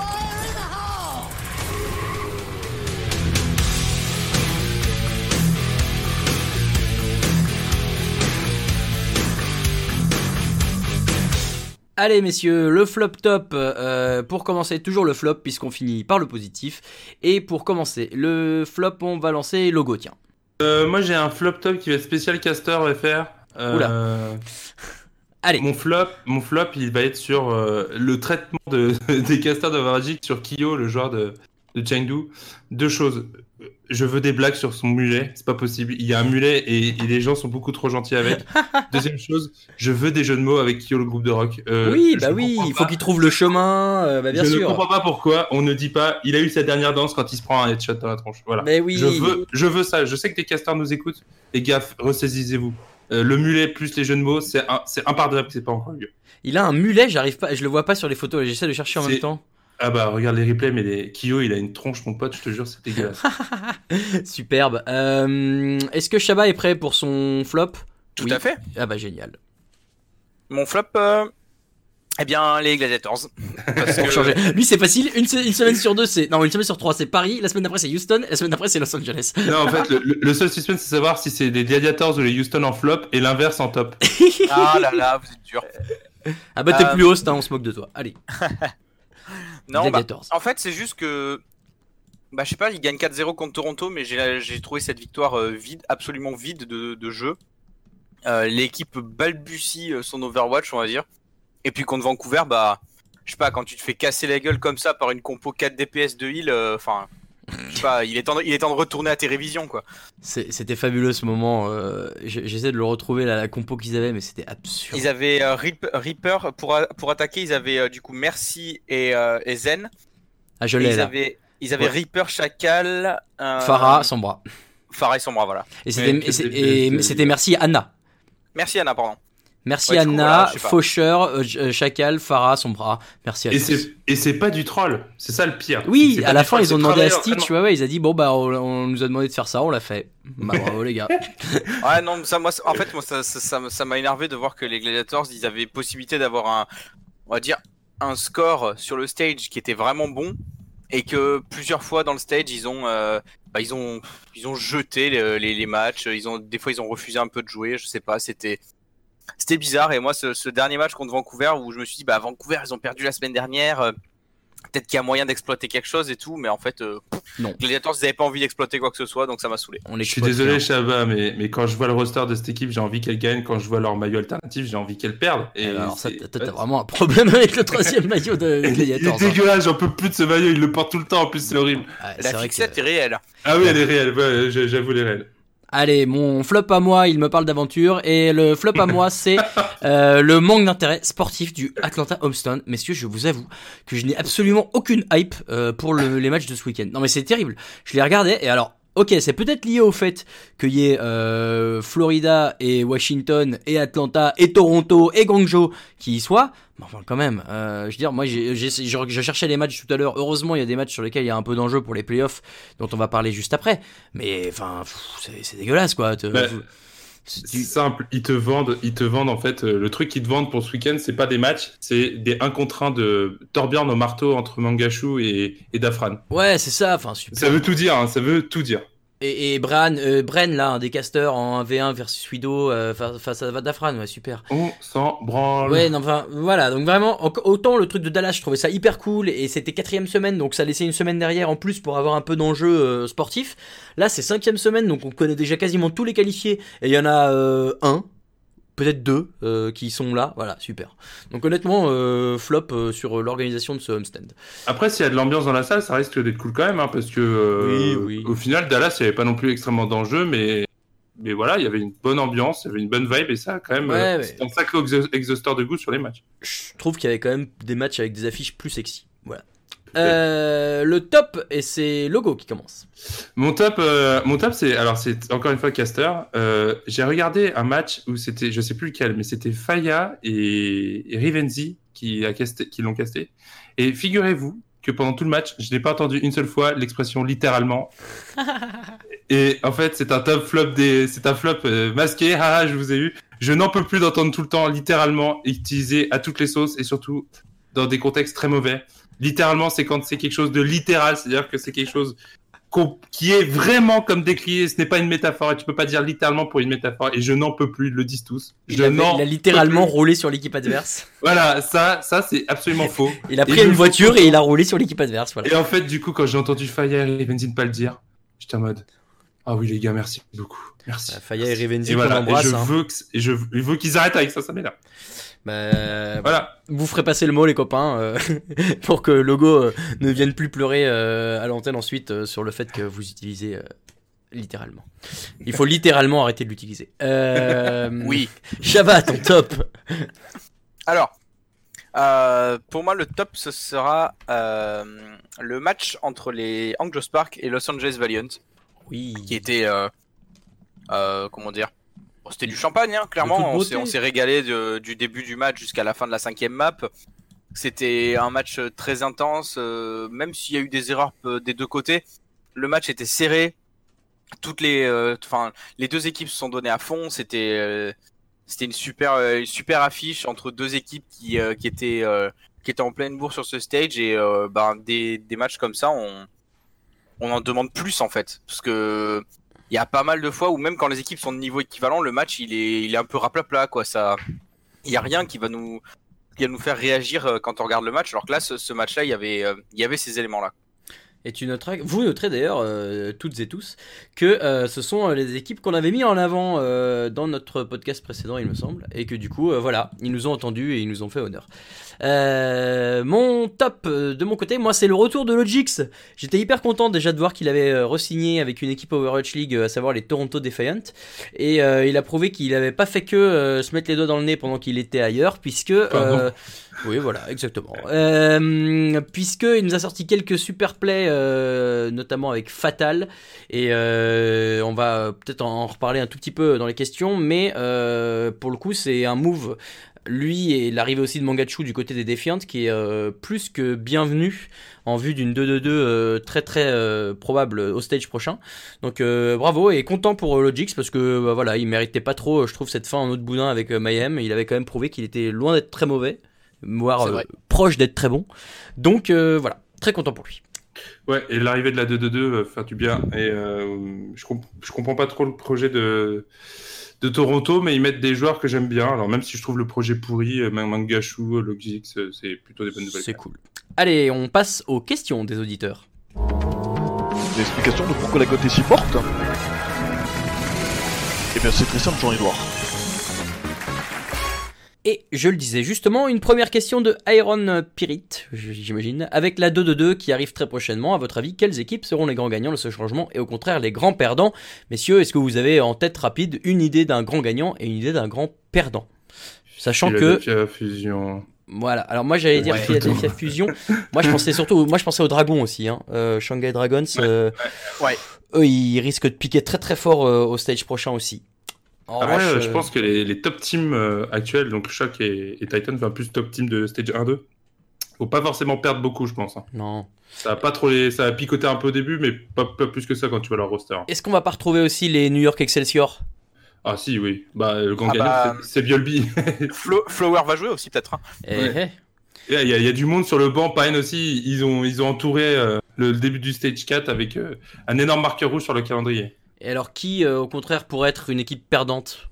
Allez messieurs, le flop top, euh, pour commencer toujours le flop puisqu'on finit par le positif. Et pour commencer le flop, on va lancer logo, tiens. Euh, moi, j'ai un flop top qui va être spécial caster F R. Euh, Oula. Allez, Mon flop, mon flop, il va être sur euh, le traitement de, des casters de Varagic sur Kyo, le joueur de, de Chengdu. Deux choses. Je veux des blagues sur son mulet, c'est pas possible. Il y a un mulet et, et les gens sont beaucoup trop gentils avec. Deuxième chose, je veux des jeux de mots avec Kyo, le groupe de rock. Euh, oui, je bah oui, comprends il faut pas. qu'il trouve le chemin, euh, bah bien je sûr. ne comprends pas pourquoi on ne dit pas il a eu sa dernière danse quand il se prend un headshot dans la tronche. Voilà. Mais oui. Je veux, je veux ça. Je sais que des casters nous écoutent. Les gars, ressaisissez-vous. Euh, le mulet plus les jeux de mots, c'est un, c'est impardonnable que c'est pas encore eu. Il a un mulet, j'arrive pas, je le vois pas sur les photos, j'essaie de chercher en C'est- même temps. Ah bah regarde les replays, mais les... Kyo, il a une tronche, mon pote, je te jure, c'est dégueulasse. Superbe. Euh, Est-ce que Shaba est prêt pour son flop? Tout Oui. à fait. Ah bah génial. Mon flop, euh, eh bien, les Gladiators. Parce Pour que- changer. Lui c'est facile, une, se- une semaine sur deux c'est... Non, une semaine sur trois c'est Paris, la semaine d'après c'est Houston, la semaine d'après c'est Los Angeles. Non, en fait, le, le- le seul suspense, c'est savoir si c'est les Gladiators ou les Houston en flop et l'inverse en top. Ah là là, vous êtes dur. Ah bah t'es Euh, plus host, hein, on se moque de toi. Allez. Non, bah, Gladiators. en fait, c'est juste que. Bah, je sais pas, ils gagnent quatre zéro contre Toronto, mais j'ai j'ai trouvé cette victoire euh, vide, absolument vide de, de jeu. Euh, L'équipe balbutie euh, son Overwatch, on va dire. Et puis contre Vancouver, bah, je sais pas, quand tu te fais casser la gueule comme ça par une compo quatre D P S de heal, enfin, je sais pas, il est, temps de, il est temps de retourner à tes révisions, quoi. C'est- C'était fabuleux ce moment. euh, j'ai- J'essaie de le retrouver, là, la compo qu'ils avaient, mais c'était absurde. Ils avaient euh, Rip- Reaper pour, a- pour attaquer, ils avaient euh, du coup Mercy et, euh, et Zen. Ah, je Et l'ai ils là. avaient, ils avaient Ouais. Reaper, Chacal, euh, Farah, sans bras. Farah et Sombra, voilà. Et c'était Ouais, et c'est- c'était- et c'était- c'était merci Anna. Merci Anna, pardon. Merci Ouais, du coup, Anna, voilà, je sais pas. Faucheur, euh, J- euh, Chacal, Farah, son bras. Merci à Et tous. c'est, et c'est pas du troll, c'est ça le pire. Oui, C'est à pas la du fin, troll, ils ont c'est demandé à travailler Stitch, ouais, ouais, ils ont dit, bon, bah, on, on nous a demandé de faire ça, on l'a fait. Bah, bravo, les gars. Ouais, non, ça, moi, ça- en fait, moi, ça, ça, ça, ça m'a énervé de voir que les Gladiators, ils avaient possibilité d'avoir un, on va dire, un score sur le stage qui était vraiment bon, et que plusieurs fois dans le stage, ils ont, euh, bah, ils ont, ils ont jeté les, les, les matchs. Ils ont, des fois, ils ont refusé un peu de jouer. Je sais pas, c'était, c'était bizarre. Et moi, ce, ce dernier match contre Vancouver, où je me suis dit, bah, Vancouver, ils ont perdu la semaine dernière. euh, peut-être qu'il y a moyen d'exploiter quelque chose et tout, mais en fait, euh, Non. Gladiators, ils n'avaient pas envie d'exploiter quoi que ce soit, donc ça m'a saoulé. On Je suis l'exploite désolé, bien. Chaba, mais, mais quand je vois le roster de cette équipe, j'ai envie qu'elle gagne. Quand je vois leur maillot alternatif, j'ai envie qu'elle perde. Et Et alors ça, c'est- toi, t'as vraiment un problème avec le troisième maillot de Il est Gladiators. hein. dégueulasse, j'en peux plus de ce maillot, il le porte tout le temps, en plus c'est horrible. Ouais, c'est La vrai que- fixette est réelle. Ah oui, elle est réelle, ouais, j'ai- j'avoue, elle est réelle. Allez, mon flop à moi, il me parle d'aventure. Et le flop à moi, c'est euh, le manque d'intérêt sportif du Atlanta Homestand. Messieurs, je vous avoue que je n'ai absolument aucune hype euh, pour le- les matchs de ce week-end. Non mais c'est terrible. Je les regardais et alors... Ok, c'est peut-être lié au fait qu'il y ait euh, Florida et Washington et Atlanta et Toronto et Guangzhou qui y soient. Mais enfin, quand même, euh, je veux dire, moi, j'ai, j'ai, je, je cherchais les matchs tout à l'heure. Heureusement, il y a des matchs sur lesquels il y a un peu d'enjeu pour les playoffs, dont on va parler juste après. Mais enfin, pff, c'est, c'est dégueulasse, quoi. Te- Bah, vous- c'est- C'est tu- simple, ils te vendent, ils te vendent en fait, euh, le truc qu'ils te vendent pour ce week-end, c'est pas des matchs, c'est des un contre un de Torbjorn au marteau entre Mangashu et, et Dafran. Ouais, c'est ça. Enfin, super. Ça veut tout dire, hein, ça veut tout dire. Et, et Bran, euh, Bren, là, un des casters en un v un versus Wido euh, fa- face à Dafran, ouais, super. On s'en branle. Ouais, non, enfin, voilà, donc vraiment, en- autant le truc de Dallas, je trouvais ça hyper cool, et c'était quatrième semaine, donc ça laissait une semaine derrière en plus pour avoir un peu d'enjeu euh, sportif. Là, c'est cinquième semaine, donc on connaît déjà quasiment tous les qualifiés, et il y en a euh, un, peut-être deux, euh, qui sont là, voilà, super. Donc honnêtement, euh, flop euh, sur l'organisation de ce homestand. Après, s'il y a de l'ambiance dans la salle, ça risque d'être cool quand même, hein, parce que euh, Oui, oui. au final, Dallas, il n'y avait pas non plus extrêmement d'enjeux, mais mais voilà, il y avait une bonne ambiance, il y avait une bonne vibe, et ça, quand même, Ouais, euh, ouais. c'est un sacré exha- exhausteur de goût sur les matchs. Je trouve qu'il y avait quand même des matchs avec des affiches plus sexy, voilà. Euh, le top, et c'est Logo qui commence. Mon top, euh, mon top, c'est alors c'est encore une fois Caster. Euh, j'ai regardé un match où c'était, je sais plus lequel, mais c'était Faya et, et Rivenzi qui a casté, qui l'ont casté. Et figurez-vous que pendant tout le match, je n'ai pas entendu une seule fois l'expression littéralement. Et en fait, c'est un top flop des, c'est un flop euh, masqué. Ah, je vous ai eu. Je n'en peux plus d'entendre tout le temps littéralement utilisé à toutes les sauces et surtout dans des contextes très mauvais. Littéralement, c'est quand c'est quelque chose de littéral, c'est-à-dire que c'est quelque chose qu'on- qui est vraiment comme décrié. Ce n'est pas une métaphore et tu peux pas dire littéralement pour une métaphore. Et je n'en peux plus, ils le disent tous. Il, je avait- n'en il a littéralement peux plus. roulé sur l'équipe adverse. Voilà, ça, ça c'est absolument faux. Il a Et pris je une le voiture fais et il a roulé sur l'équipe adverse, voilà. Et en fait, du coup, quand j'ai entendu Faya et Rivenzi ne pas le dire, j'étais en mode ah oui les gars, merci beaucoup, merci. Euh, Faya et Rivenzi Et qu'on voilà, et embrasse. je hein. veux que, et je, je veux qu'ils arrêtent avec ça, ça m'énerve. Bah, Voilà. vous ferez passer le mot les copains euh, pour que Logo euh, ne vienne plus pleurer euh, à l'antenne ensuite euh, sur le fait que vous utilisez euh, littéralement. Il faut littéralement arrêter de l'utiliser. Euh, Oui. Chaba, ton top. Alors, euh, pour moi, le top, ce sera euh, le match entre les Angiospark et Los Angeles Valiant, Oui. qui était, euh, euh, comment dire, bon, c'était du champagne, hein, De clairement. toute On beauté. s'est, on s'est régalé de- du début du match jusqu'à la fin de la cinquième map. C'était un match très intense, euh, même s'il y a eu des erreurs euh, des deux côtés. Le match était serré. Toutes les, euh, enfin, les deux équipes se sont données à fond. C'était, euh, c'était une super, euh, une super affiche entre deux équipes qui, euh, qui étaient, euh, qui étaient en pleine bourre sur ce stage. Et euh, ben, des, des matchs comme ça, on, on en demande plus en fait, parce que il y a pas mal de fois où même quand les équipes sont de niveau équivalent, le match il est, il est un peu raplapla quoi. Ça, il y a rien qui va nous, qui va nous faire réagir euh, quand on regarde le match. Alors que là, ce, ce match-là, il y avait, euh, il y avait ces éléments-là. Et tu noteras, vous noterez d'ailleurs, euh, toutes et tous, que euh, ce sont euh, les équipes qu'on avait mis en avant euh, dans notre podcast précédent, il me semble, et que du coup, euh, voilà, ils nous ont entendus et ils nous ont fait honneur. Euh, mon top euh, de mon côté, moi, c'est le retour de Logix. J'étais hyper content déjà de voir qu'il avait euh, re-signé avec une équipe Overwatch League, euh, à savoir les Toronto Defiant, et euh, il a prouvé qu'il n'avait pas fait que euh, se mettre les doigts dans le nez pendant qu'il était ailleurs, puisque... Euh, oui, voilà, exactement. Euh, puisque il nous a sorti quelques super plays, euh, notamment avec Fatal, et euh, on va peut-être en reparler un tout petit peu dans les questions, mais euh, pour le coup, c'est un move. Lui et l'arrivée aussi de Mangachu du côté des Defiant qui est euh, plus que bienvenu en vue d'une deux deux deux euh, très très euh, probable au stage prochain. Donc euh, bravo et content pour euh, Logix parce que bah, voilà, il méritait pas trop, je trouve, cette fin en autre boudin avec euh, Mayhem. Il avait quand même prouvé qu'il était loin d'être très mauvais, voire euh, proche d'être très bon. Donc euh, voilà, très content pour lui. Ouais, et l'arrivée de la deux deux deux va faire du bien. Et euh, je, comp- je comprends pas trop le projet de, de Toronto, mais ils mettent des joueurs que j'aime bien. Alors même si je trouve le projet pourri, même Mangashu, Logix, c'est plutôt des bonnes nouvelles. C'est cool. Allez, on passe aux questions des auditeurs. L'explication de pourquoi la goth est si forte? Eh bien c'est très simple, Jean-Edouard. Et je le disais justement, une première question de Iron Pirit, j'imagine, avec la deux deux deux qui arrive très prochainement. À votre avis, quelles équipes seront les grands gagnants de ce changement et au contraire les grands perdants? Messieurs, est-ce que vous avez en tête rapide une idée d'un grand gagnant et une idée d'un grand perdant? Sachant que... Philadelphia Fusion. Voilà, alors moi j'allais dire Ouais. Philadelphia Fusion. Moi je pensais surtout, moi je pensais aux Dragons aussi, hein. euh, Shanghai Dragons. Euh, Ouais. Eux ils risquent de piquer très très fort euh, au stage prochain aussi. En Après, revanche, euh, je euh, pense que les, les top teams euh, actuels, donc Shock et, et Titan, enfin plus top team de stage un deux, faut pas forcément perdre beaucoup, je pense. hein. Non. Ça a pas trop les, ça a picoté un peu au début, mais pas, pas plus que ça quand tu vois leur roster. Est-ce qu'on va pas retrouver aussi les New York Excelsior? Ah si, oui. Bah le grand Ah gagnant, bah, c'est- c'est Biolby. Flo- Flower va jouer aussi peut-être. hein. Eh, Ouais. eh. Il y, a- il y a du monde sur le banc, Pine aussi. Ils ont, ils ont entouré euh, le début du stage quatre avec euh, un énorme marqueur rouge sur le calendrier. Et alors qui, euh, au contraire, pourrait être une équipe perdante?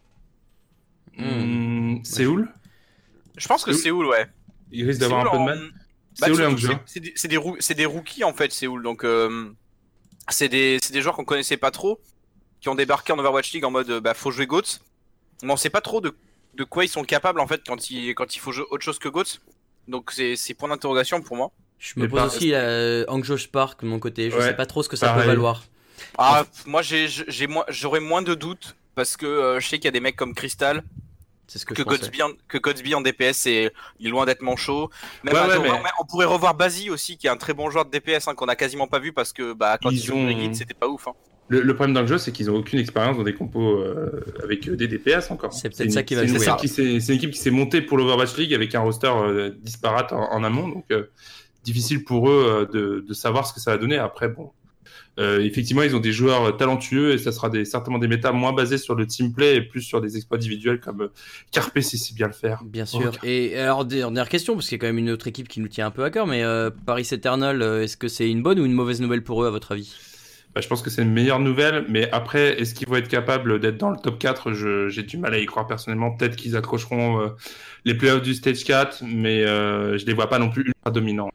Hmm. Hmm, Séoul, Je pense que Séoul. Séoul, ouais. il risque d'avoir un Séoul peu de en- mal. Bah, Séoul et surtout que Hangzhou. c'est- c'est des, c'est des roo- c'est des rookies en fait, Séoul. Donc euh, c'est des, c'est des joueurs qu'on connaissait pas trop, qui ont débarqué en Overwatch League en mode euh, bah faut jouer Goats. Mais on sait pas trop de, de quoi ils sont capables en fait quand il, quand il faut jouer autre chose que Goats. Donc c'est, c'est point d'interrogation pour moi. Je me Mais pose par- aussi euh, Hangzhou Spark de mon côté. Je Ouais, sais pas trop ce que ça peut pareil. valoir. Ah, moi j'ai, j'ai moins, j'aurais moins de doutes parce que euh, je sais qu'il y a des mecs comme Crystal, C'est ce que, que je pensais. Godsby en, que Godsby en D P S c'est, il est loin d'être manchot. Même Ouais, attends, ouais, mais- on, on pourrait revoir Bazi aussi qui est un très bon joueur de D P S hein, qu'on a quasiment pas vu parce que bah quand Ils il joue ont- Brigade c'était pas ouf. Hein. Le, le problème dans le jeu, c'est qu'ils ont aucune expérience dans des compos euh, avec euh, des D P S encore. C'est peut-être une- ça qui va c'est une jouer. équipe qui s'est- C'est une équipe qui s'est montée pour l'Overwatch League avec un roster euh, disparate en, en amont, donc euh, difficile pour eux euh, de, de savoir ce que ça va donner. Après, bon, euh, effectivement, ils ont des joueurs talentueux et ça sera des, certainement des méta moins basés sur le team play et plus sur des exploits individuels comme euh, Carpe sait si bien le faire. Bien sûr. Ok. Et alors, dernière question, parce qu'il y a quand même une autre équipe qui nous tient un peu à cœur, mais euh, Paris Eternal, euh, est-ce que c'est une bonne ou une mauvaise nouvelle pour eux, à votre avis? Bah, je pense que c'est une meilleure nouvelle, mais après, est-ce qu'ils vont être capables d'être dans le top quatre? Je, J'ai du mal à y croire personnellement. Peut-être qu'ils accrocheront euh, les playoffs du stage quatre, mais euh, je les vois pas non plus ultra dominants.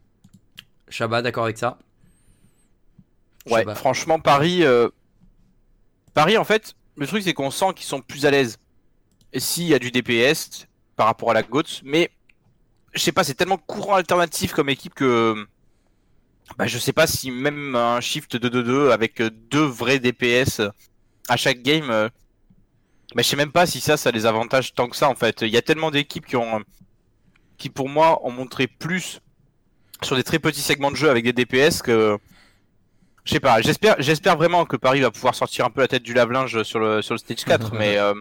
Shabba, d'accord avec ça? Ouais, Shabba. franchement, Paris, euh, Paris, en fait, le truc c'est qu'on sent qu'ils sont plus à l'aise. Et s'il y a du D P S par rapport à la GOAT, mais je sais pas, c'est tellement courant alternatif comme équipe que bah, je sais pas si même un shift deux deux deux avec deux vrais D P S à chaque game, euh, bah, je sais même pas si ça, ça les avantage tant que ça en fait. Il y a tellement d'équipes qui ont, qui pour moi ont montré plus sur des très petits segments de jeu avec des D P S que je sais pas, j'espère, j'espère vraiment que Paris va pouvoir sortir un peu la tête du lave-linge sur le, sur le stage quatre, mais euh,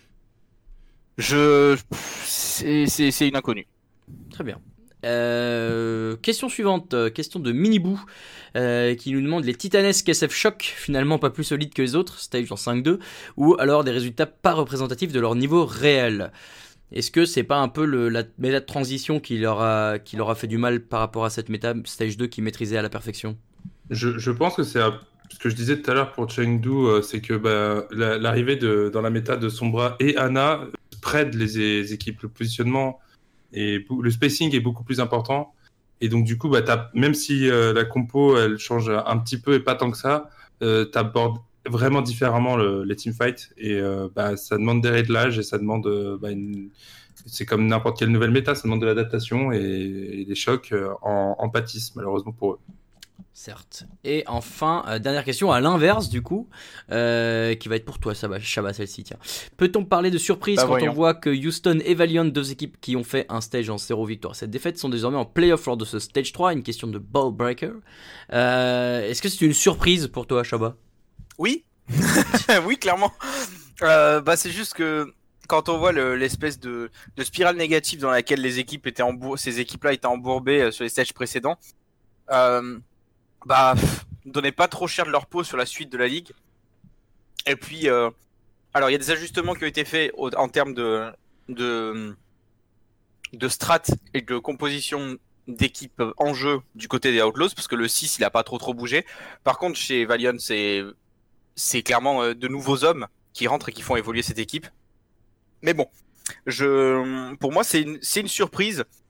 je, pff, c'est, c'est, c'est une inconnue. Très bien. Euh, question suivante, euh, question de Miniboo euh, qui nous demande les titanesques S F Shock finalement pas plus solides que les autres, stage en cinq deux, ou alors des résultats pas représentatifs de leur niveau réel. Est-ce que c'est pas un peu le, la méta de transition qui leur, a, qui leur a fait du mal par rapport à cette méta stage deux qu'ils maîtrisaient à la perfection? Je, je pense que c'est un- ce que je disais tout à l'heure pour Chengdu, euh, c'est que bah, la- l'arrivée de, dans la méta de Sombra et Ana euh, spread les, les équipes. Le positionnement et bou- le spacing est beaucoup plus important. Et donc, du coup, bah, t'as- même si euh, la compo elle change un petit peu et pas tant que ça, euh, tu abordes vraiment différemment le- les teamfights. Et euh, bah, ça demande des réglages et ça demande. euh, bah, une... C'est comme n'importe quelle nouvelle méta, ça demande de l'adaptation et, et des chocs euh, en, en pâtissent, malheureusement pour eux. Certes. Et enfin, euh, dernière question à l'inverse du coup, euh, qui va être pour toi, Shabba, Shabba celle-ci, tiens. Peut-on parler de surprise Bah, quand voyons. on voit que Houston et Valiant, deux équipes qui ont fait un stage en zéro victoire, cette défaite, sont désormais en playoff lors de ce stage trois, une question de ball breaker. Euh, Est-ce que c'est une surprise pour toi, Shabba? Oui, oui, clairement. Euh, bah, c'est juste que quand on voit le- l'espèce de, de spirale négative dans laquelle les équipes étaient embour- ces équipes-là étaient embourbées euh, sur les stages précédents, euh, bah, pff, donnaient pas trop cher de leur peau sur la suite de la ligue. Et puis, euh, alors il y a des ajustements qui ont été faits au- en termes de, de, de strat et de composition d'équipe en jeu du côté des Outlaws, parce que le six il a pas trop trop bougé. Par contre, chez Valiant, c'est c'est clairement euh, de nouveaux hommes qui rentrent et qui font évoluer cette équipe. Mais bon, je, pour moi, c'est une, c'est une surprise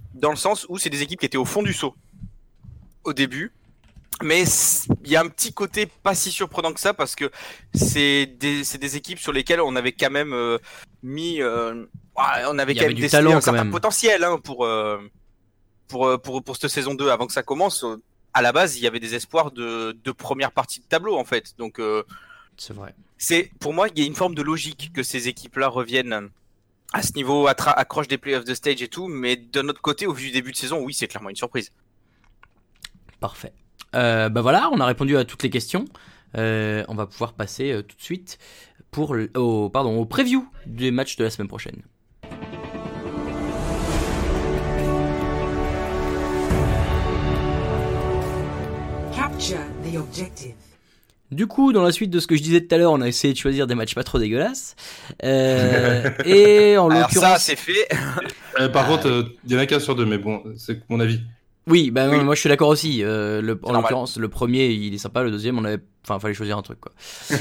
dans le sens où c'est des équipes qui étaient au fond du saut au début. Mais il y a un petit côté pas si surprenant que ça parce que c'est des, c'est des équipes sur lesquelles on avait quand même euh, mis, euh, on avait Il y quand avait même du destiné talent, un quand certain même. potentiel hein, pour, euh, pour, pour, pour cette saison deux avant que ça commence. À la base, il y avait des espoirs de, de première partie de tableau en fait. Donc, euh, c'est vrai. C'est, pour moi, il y a une forme de logique que ces équipes-là reviennent à ce niveau, attra- accroche des playoffs de stage et tout. Mais d'un autre côté, au vu du début de saison, oui, c'est clairement une surprise. Parfait. Euh, bah voilà, on a répondu à toutes les questions. Euh, on va pouvoir passer euh, tout de suite pour le, au, pardon, au preview des matchs de la semaine prochaine. Capture the objective. Du coup, dans la suite de ce que je disais tout à l'heure, on a essayé de choisir des matchs pas trop dégueulasses. Euh, et en Alors l'occurrence, ça, c'est fait. Euh, par Ah, contre, il y en a qu'un sur deux, mais bon, c'est mon avis. oui, bah non, Oui. moi je suis d'accord aussi. Euh, le, en normal. l'occurrence, le premier, il est sympa, le deuxième, on avait, enfin, fallait choisir un truc quoi.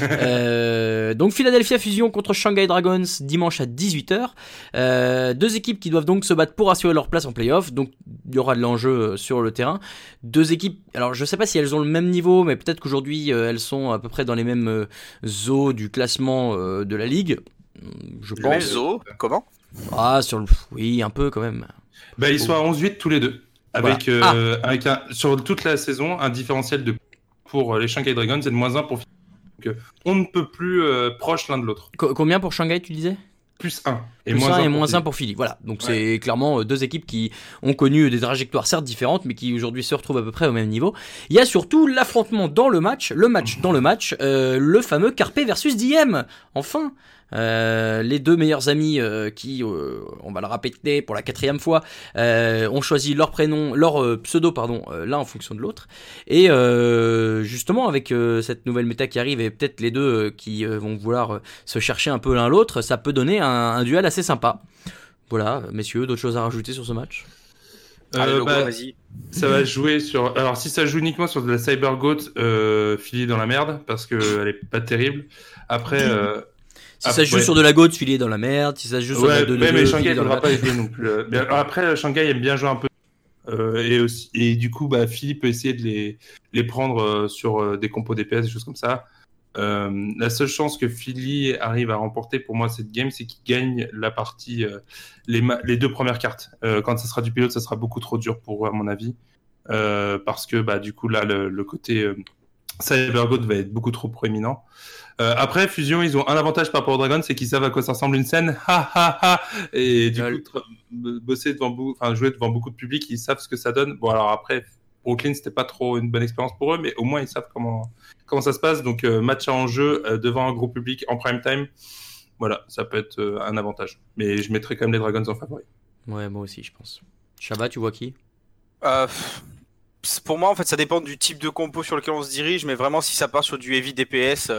euh, donc Philadelphia Fusion contre Shanghai Dragons dimanche à dix-huit heures. Euh, deux équipes qui doivent donc se battre pour assurer leur place en playoff. Donc il y aura de l'enjeu sur le terrain. Deux équipes. Alors je sais pas si elles ont le même niveau, mais peut-être qu'aujourd'hui euh, elles sont à peu près dans les mêmes euh, eaux du classement euh, de la ligue. Je Le pense. Zo, comment? Ah sur le, oui un peu quand même. Bah, ils sont à onze huit tous les deux. Avec, Voilà. euh, avec un, sur toute la saison, un différentiel de pour les Shanghai Dragons et de moins un pour Philly. Donc, euh, on ne peut plus euh, proche l'un de l'autre. Co- combien pour Shanghai tu disais? Plus un. Et Plus moins un un et pour moins Philly. un pour Philly. Voilà. Donc c'est clairement euh, deux équipes qui ont connu des trajectoires certes différentes, mais qui aujourd'hui se retrouvent à peu près au même niveau. Il y a surtout l'affrontement dans le match, le match dans le match, euh, le fameux Carpe versus D M. Enfin, euh, les deux meilleurs amis euh, qui, euh, on va le répéter pour la quatrième fois, euh, ont choisi leur prénom, leur euh, pseudo, pardon, euh, l'un en fonction de l'autre. Et euh, justement, avec euh, cette nouvelle méta qui arrive et peut-être les deux euh, qui euh, vont vouloir euh, se chercher un peu l'un l'autre, ça peut donner un, un duel assez sympa. Voilà, messieurs, d'autres choses à rajouter sur ce match? Euh, Allez, Logo, bah, vas-y. ça va jouer sur. Alors, si ça joue uniquement sur de la Cyber Goat, euh, Philly est dans la merde parce qu'elle est pas terrible. Après. Euh... Si Ah, ça se joue ouais. sur de la Goat, Philly est dans la merde. Si ça se joue sur de la Ouais, deux deux, ouais, mais Philly Shanghai est ne dans la voudra merde. pas jouer non plus. euh. Mais après, Shanghai aime bien jouer un peu. Euh, et, aussi, et du coup, bah, Philly peut essayer de les, les prendre euh, sur euh, des compos D P S, des choses comme ça. Euh, la seule chance que Philly arrive à remporter pour moi cette game, c'est qu'il gagne la partie, euh, les, ma- les deux premières cartes. Euh, quand ça sera du pilote, ça sera beaucoup trop dur pour eux, à mon avis. Euh, parce que bah, du coup, là, le, le côté euh, CyberGoat va être beaucoup trop proéminent. Euh, après, Fusion, ils ont un avantage par rapport aux Dragons, c'est qu'ils savent à quoi ça ressemble une scène. Ha ha ha. Et du Lol. coup, tra- bosser devant, beau- enfin, jouer devant beaucoup de public, ils savent ce que ça donne. Bon, alors après, Brooklyn, c'était pas trop une bonne expérience pour eux, mais au moins ils savent comment comment ça se passe. Donc, euh, match à enjeu euh, devant un gros public en prime time, voilà, ça peut être euh, un avantage. Mais je mettrais quand même les Dragons en favori. Ouais, moi aussi, je pense. Shabba, tu vois qui? Euh, pff, c'est- pour moi, en fait, ça dépend du type de compo sur lequel on se dirige, mais vraiment, si ça part sur du heavy D P S,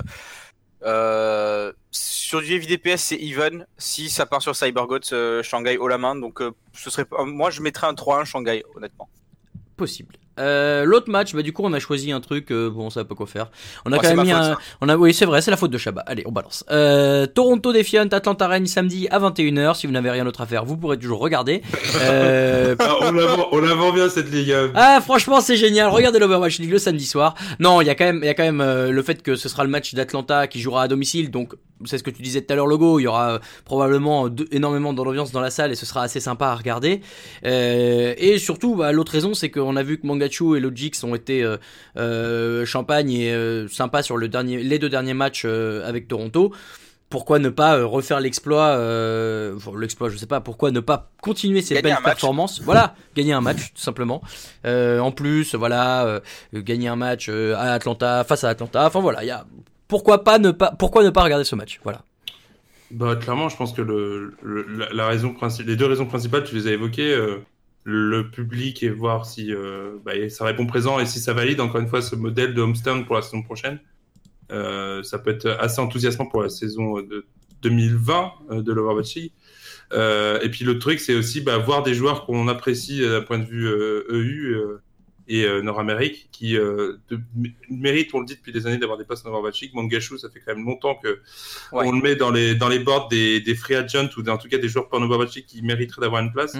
euh, sur du heavy D P S, c'est even. Si ça part sur CyberGoat, euh, Shanghai haut la main, donc euh, ce serait, pas- moi, je mettrais un trois un Shanghai, honnêtement. Possible. Euh, l'autre match, bah du coup on a choisi un truc, euh, bon on savait pas quoi faire. On a Oh, quand c'est même ma mis faute, un, ça. on a, oui c'est vrai, c'est la faute de Shabba. Allez, on balance. Euh, Toronto Defiant, Atlanta Reign samedi à vingt et une heures. Si vous n'avez rien d'autre à faire, vous pourrez toujours regarder. Euh, Ah, on la vend, on la vend bien cette ligue. hein. Ah franchement c'est génial, regardez l'Overwatch League le samedi soir. Non, il y a quand même, il y a quand même euh, le fait que ce sera le match d'Atlanta qui jouera à domicile, donc c'est ce que tu disais tout à l'heure Logo, il y aura euh, probablement de- énormément d'ambiance dans la salle et ce sera assez sympa à regarder. Euh, et surtout, bah, l'autre raison c'est qu'on a vu que Mangachu et Logix ont été euh, euh, champagne et euh, sympa sur le dernier, les deux derniers matchs euh, avec Toronto. Pourquoi ne pas euh, refaire l'exploit euh, enfin, l'exploit, je sais pas, pourquoi ne pas continuer ces Gagner belles un match. performances. Voilà, gagner un match, tout simplement. Euh, en plus, voilà, euh, gagner un match euh, à Atlanta, face à Atlanta. Enfin voilà, il y a pourquoi pas ne pas, pourquoi ne pas regarder ce match. Voilà. Bah, clairement, je pense que le, le- la, la raison principale, les deux raisons principales, tu les as évoquées, euh, le public et voir si euh, bah, ça répond présent et si ça valide encore une fois ce modèle de homestand pour la saison prochaine. Euh, ça peut être assez enthousiasmant pour la saison de deux mille vingt euh, de l'Overwatch League. Euh, et puis l'autre truc, c'est aussi bah, voir des joueurs qu'on apprécie euh, d'un point de vue euh, E U euh, et euh, Nord-Amérique qui euh, de, m- méritent, on le dit depuis des années, d'avoir des places en Overwatch League. Mangachu, ça fait quand même longtemps que Ouais. on le met dans les dans les boards des, des free agents ou en tout cas des joueurs pour Overwatch League qui mériteraient d'avoir une place. Mm.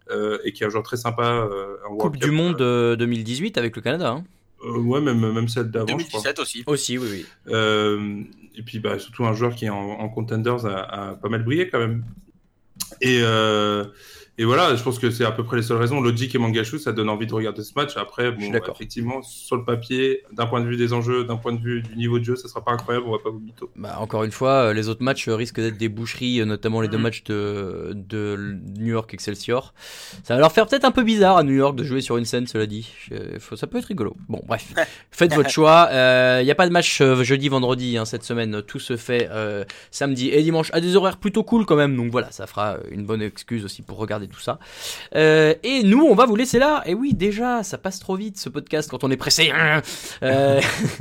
euh, et qui est un joueur très sympa. Euh, en Coupe World du Cup, Monde euh, euh, deux mille dix-huit avec le Canada. Hein. euh, ouais, même, même celle d'avant, deux mille je crois. dix-sept aussi. Aussi, oui, oui. Euh, et puis bah, surtout un joueur qui est en, en contenders a, a pas mal brillé quand même. Et, euh, et voilà, je pense que c'est à peu près les seules raisons. Logic et Mangashu, ça donne envie de regarder ce match. Après, bon, d'accord. effectivement, sur le papier, d'un point de vue des enjeux, d'un point de vue du niveau de jeu, ça sera pas incroyable, on va pas vous mytho. Bah, encore une fois, les autres matchs risquent d'être des boucheries, notamment les deux Mhm. matchs de, de New York Excelsior. Ça va leur faire peut-être un peu bizarre à New York de jouer sur une scène, cela dit. Je- faut- Ça peut être rigolo. Bon, bref, faites votre choix. Il n'y a pas de match euh, jeudi, vendredi hein, cette semaine. Tout se fait euh, samedi et dimanche à des horaires plutôt cool quand même. Donc voilà, ça fera une bonne excuse aussi pour regarder tout ça. Euh, et nous, on va vous laisser là. Et oui, déjà, ça passe trop vite ce podcast quand on est pressé. Euh,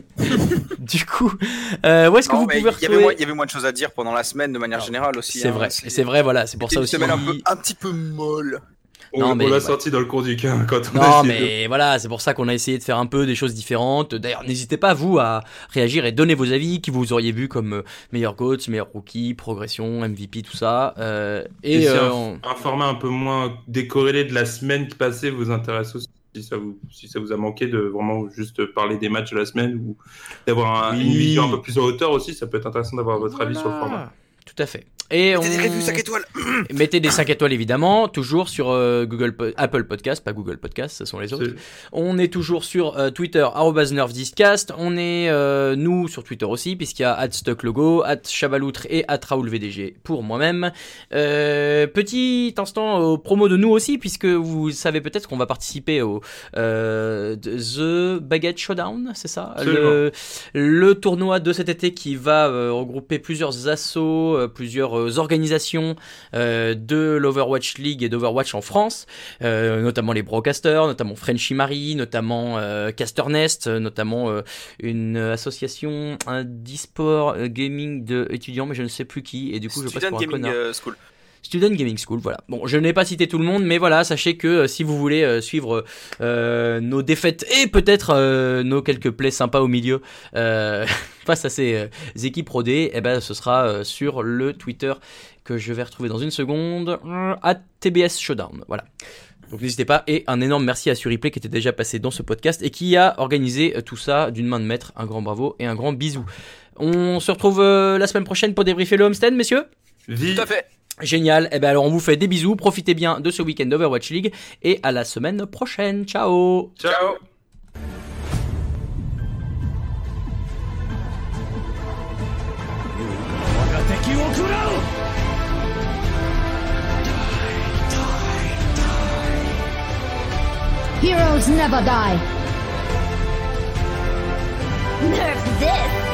du coup, euh, où est-ce que Non, vous mais pouvez il y avait retrouver moins- il y avait moins de choses à dire pendant la semaine de manière générale aussi. C'est hein. vrai, c'est vrai, voilà, c'est pour ça C'était une aussi. semaine un, peu, un petit peu molle. On, Non, on mais l'a ouais. sorti dans le cours du cœur quand on a Non, essayé de- mais voilà, c'est pour ça qu'on a essayé de faire un peu des choses différentes. D'ailleurs, n'hésitez pas, vous, à réagir et donner vos avis, qui vous auriez vu comme euh, meilleur coach, meilleur rookie, progression, M V P, tout ça. Euh, et Et si euh, un, on- un format un peu moins décorrélé de la semaine qui passait vous intéresse aussi, si ça vous, si ça vous a manqué de vraiment juste parler des matchs de la semaine ou d'avoir un- Oui. une vision un peu plus en hauteur aussi, ça peut être intéressant d'avoir votre avis sur le format. Tout à fait. Et on... Mettez des reviews cinq étoiles. Mettez des cinq étoiles évidemment, toujours sur euh, Google, Po- Apple Podcast, pas Google Podcast, ce sont les autres. C'est- On est toujours sur euh, Twitter, arobase nerfdiscast. On est, euh, nous, sur Twitter aussi, puisqu'il y a at stucklogo, at chabaloutre et at raoulvdg pour moi-même. Euh, petit instant au promo de nous aussi, puisque vous savez peut-être qu'on va participer au euh, The Baguette Showdown, c'est ça le, le tournoi de cet été qui va euh, regrouper plusieurs assos, euh, plusieurs euh, organisations euh, de l'Overwatch League et d'Overwatch en France, euh, notamment les broadcasters, notamment Frenchy Marie, notamment euh, Casternest, euh, notamment euh, une association un d'e-sport euh, gaming de étudiants, mais je ne sais plus qui, et du coup je passe Student pour un Gaming connard. euh, School. Student Gaming School, voilà. Bon, je n'ai pas cité tout le monde, mais voilà, sachez que euh, si vous voulez euh, suivre euh, nos défaites et peut-être euh, nos quelques plays sympas au milieu euh, face à ces euh, équipes rodées, eh ben, ce sera euh, sur le Twitter que je vais retrouver dans une seconde, at T B S Showdown, voilà. Donc n'hésitez pas, et un énorme merci à Suriplay qui était déjà passé dans ce podcast et qui a organisé euh, tout ça d'une main de maître. Un grand bravo et un grand bisou. On se retrouve euh, la semaine prochaine pour débriefer le Homestead, messieurs. Vie. Tout à fait. Génial, et ben alors on vous fait des bisous, profitez bien de ce week-end d'Overwatch League et à la semaine prochaine, ciao. Ciao. Heroes never die. Nerf this!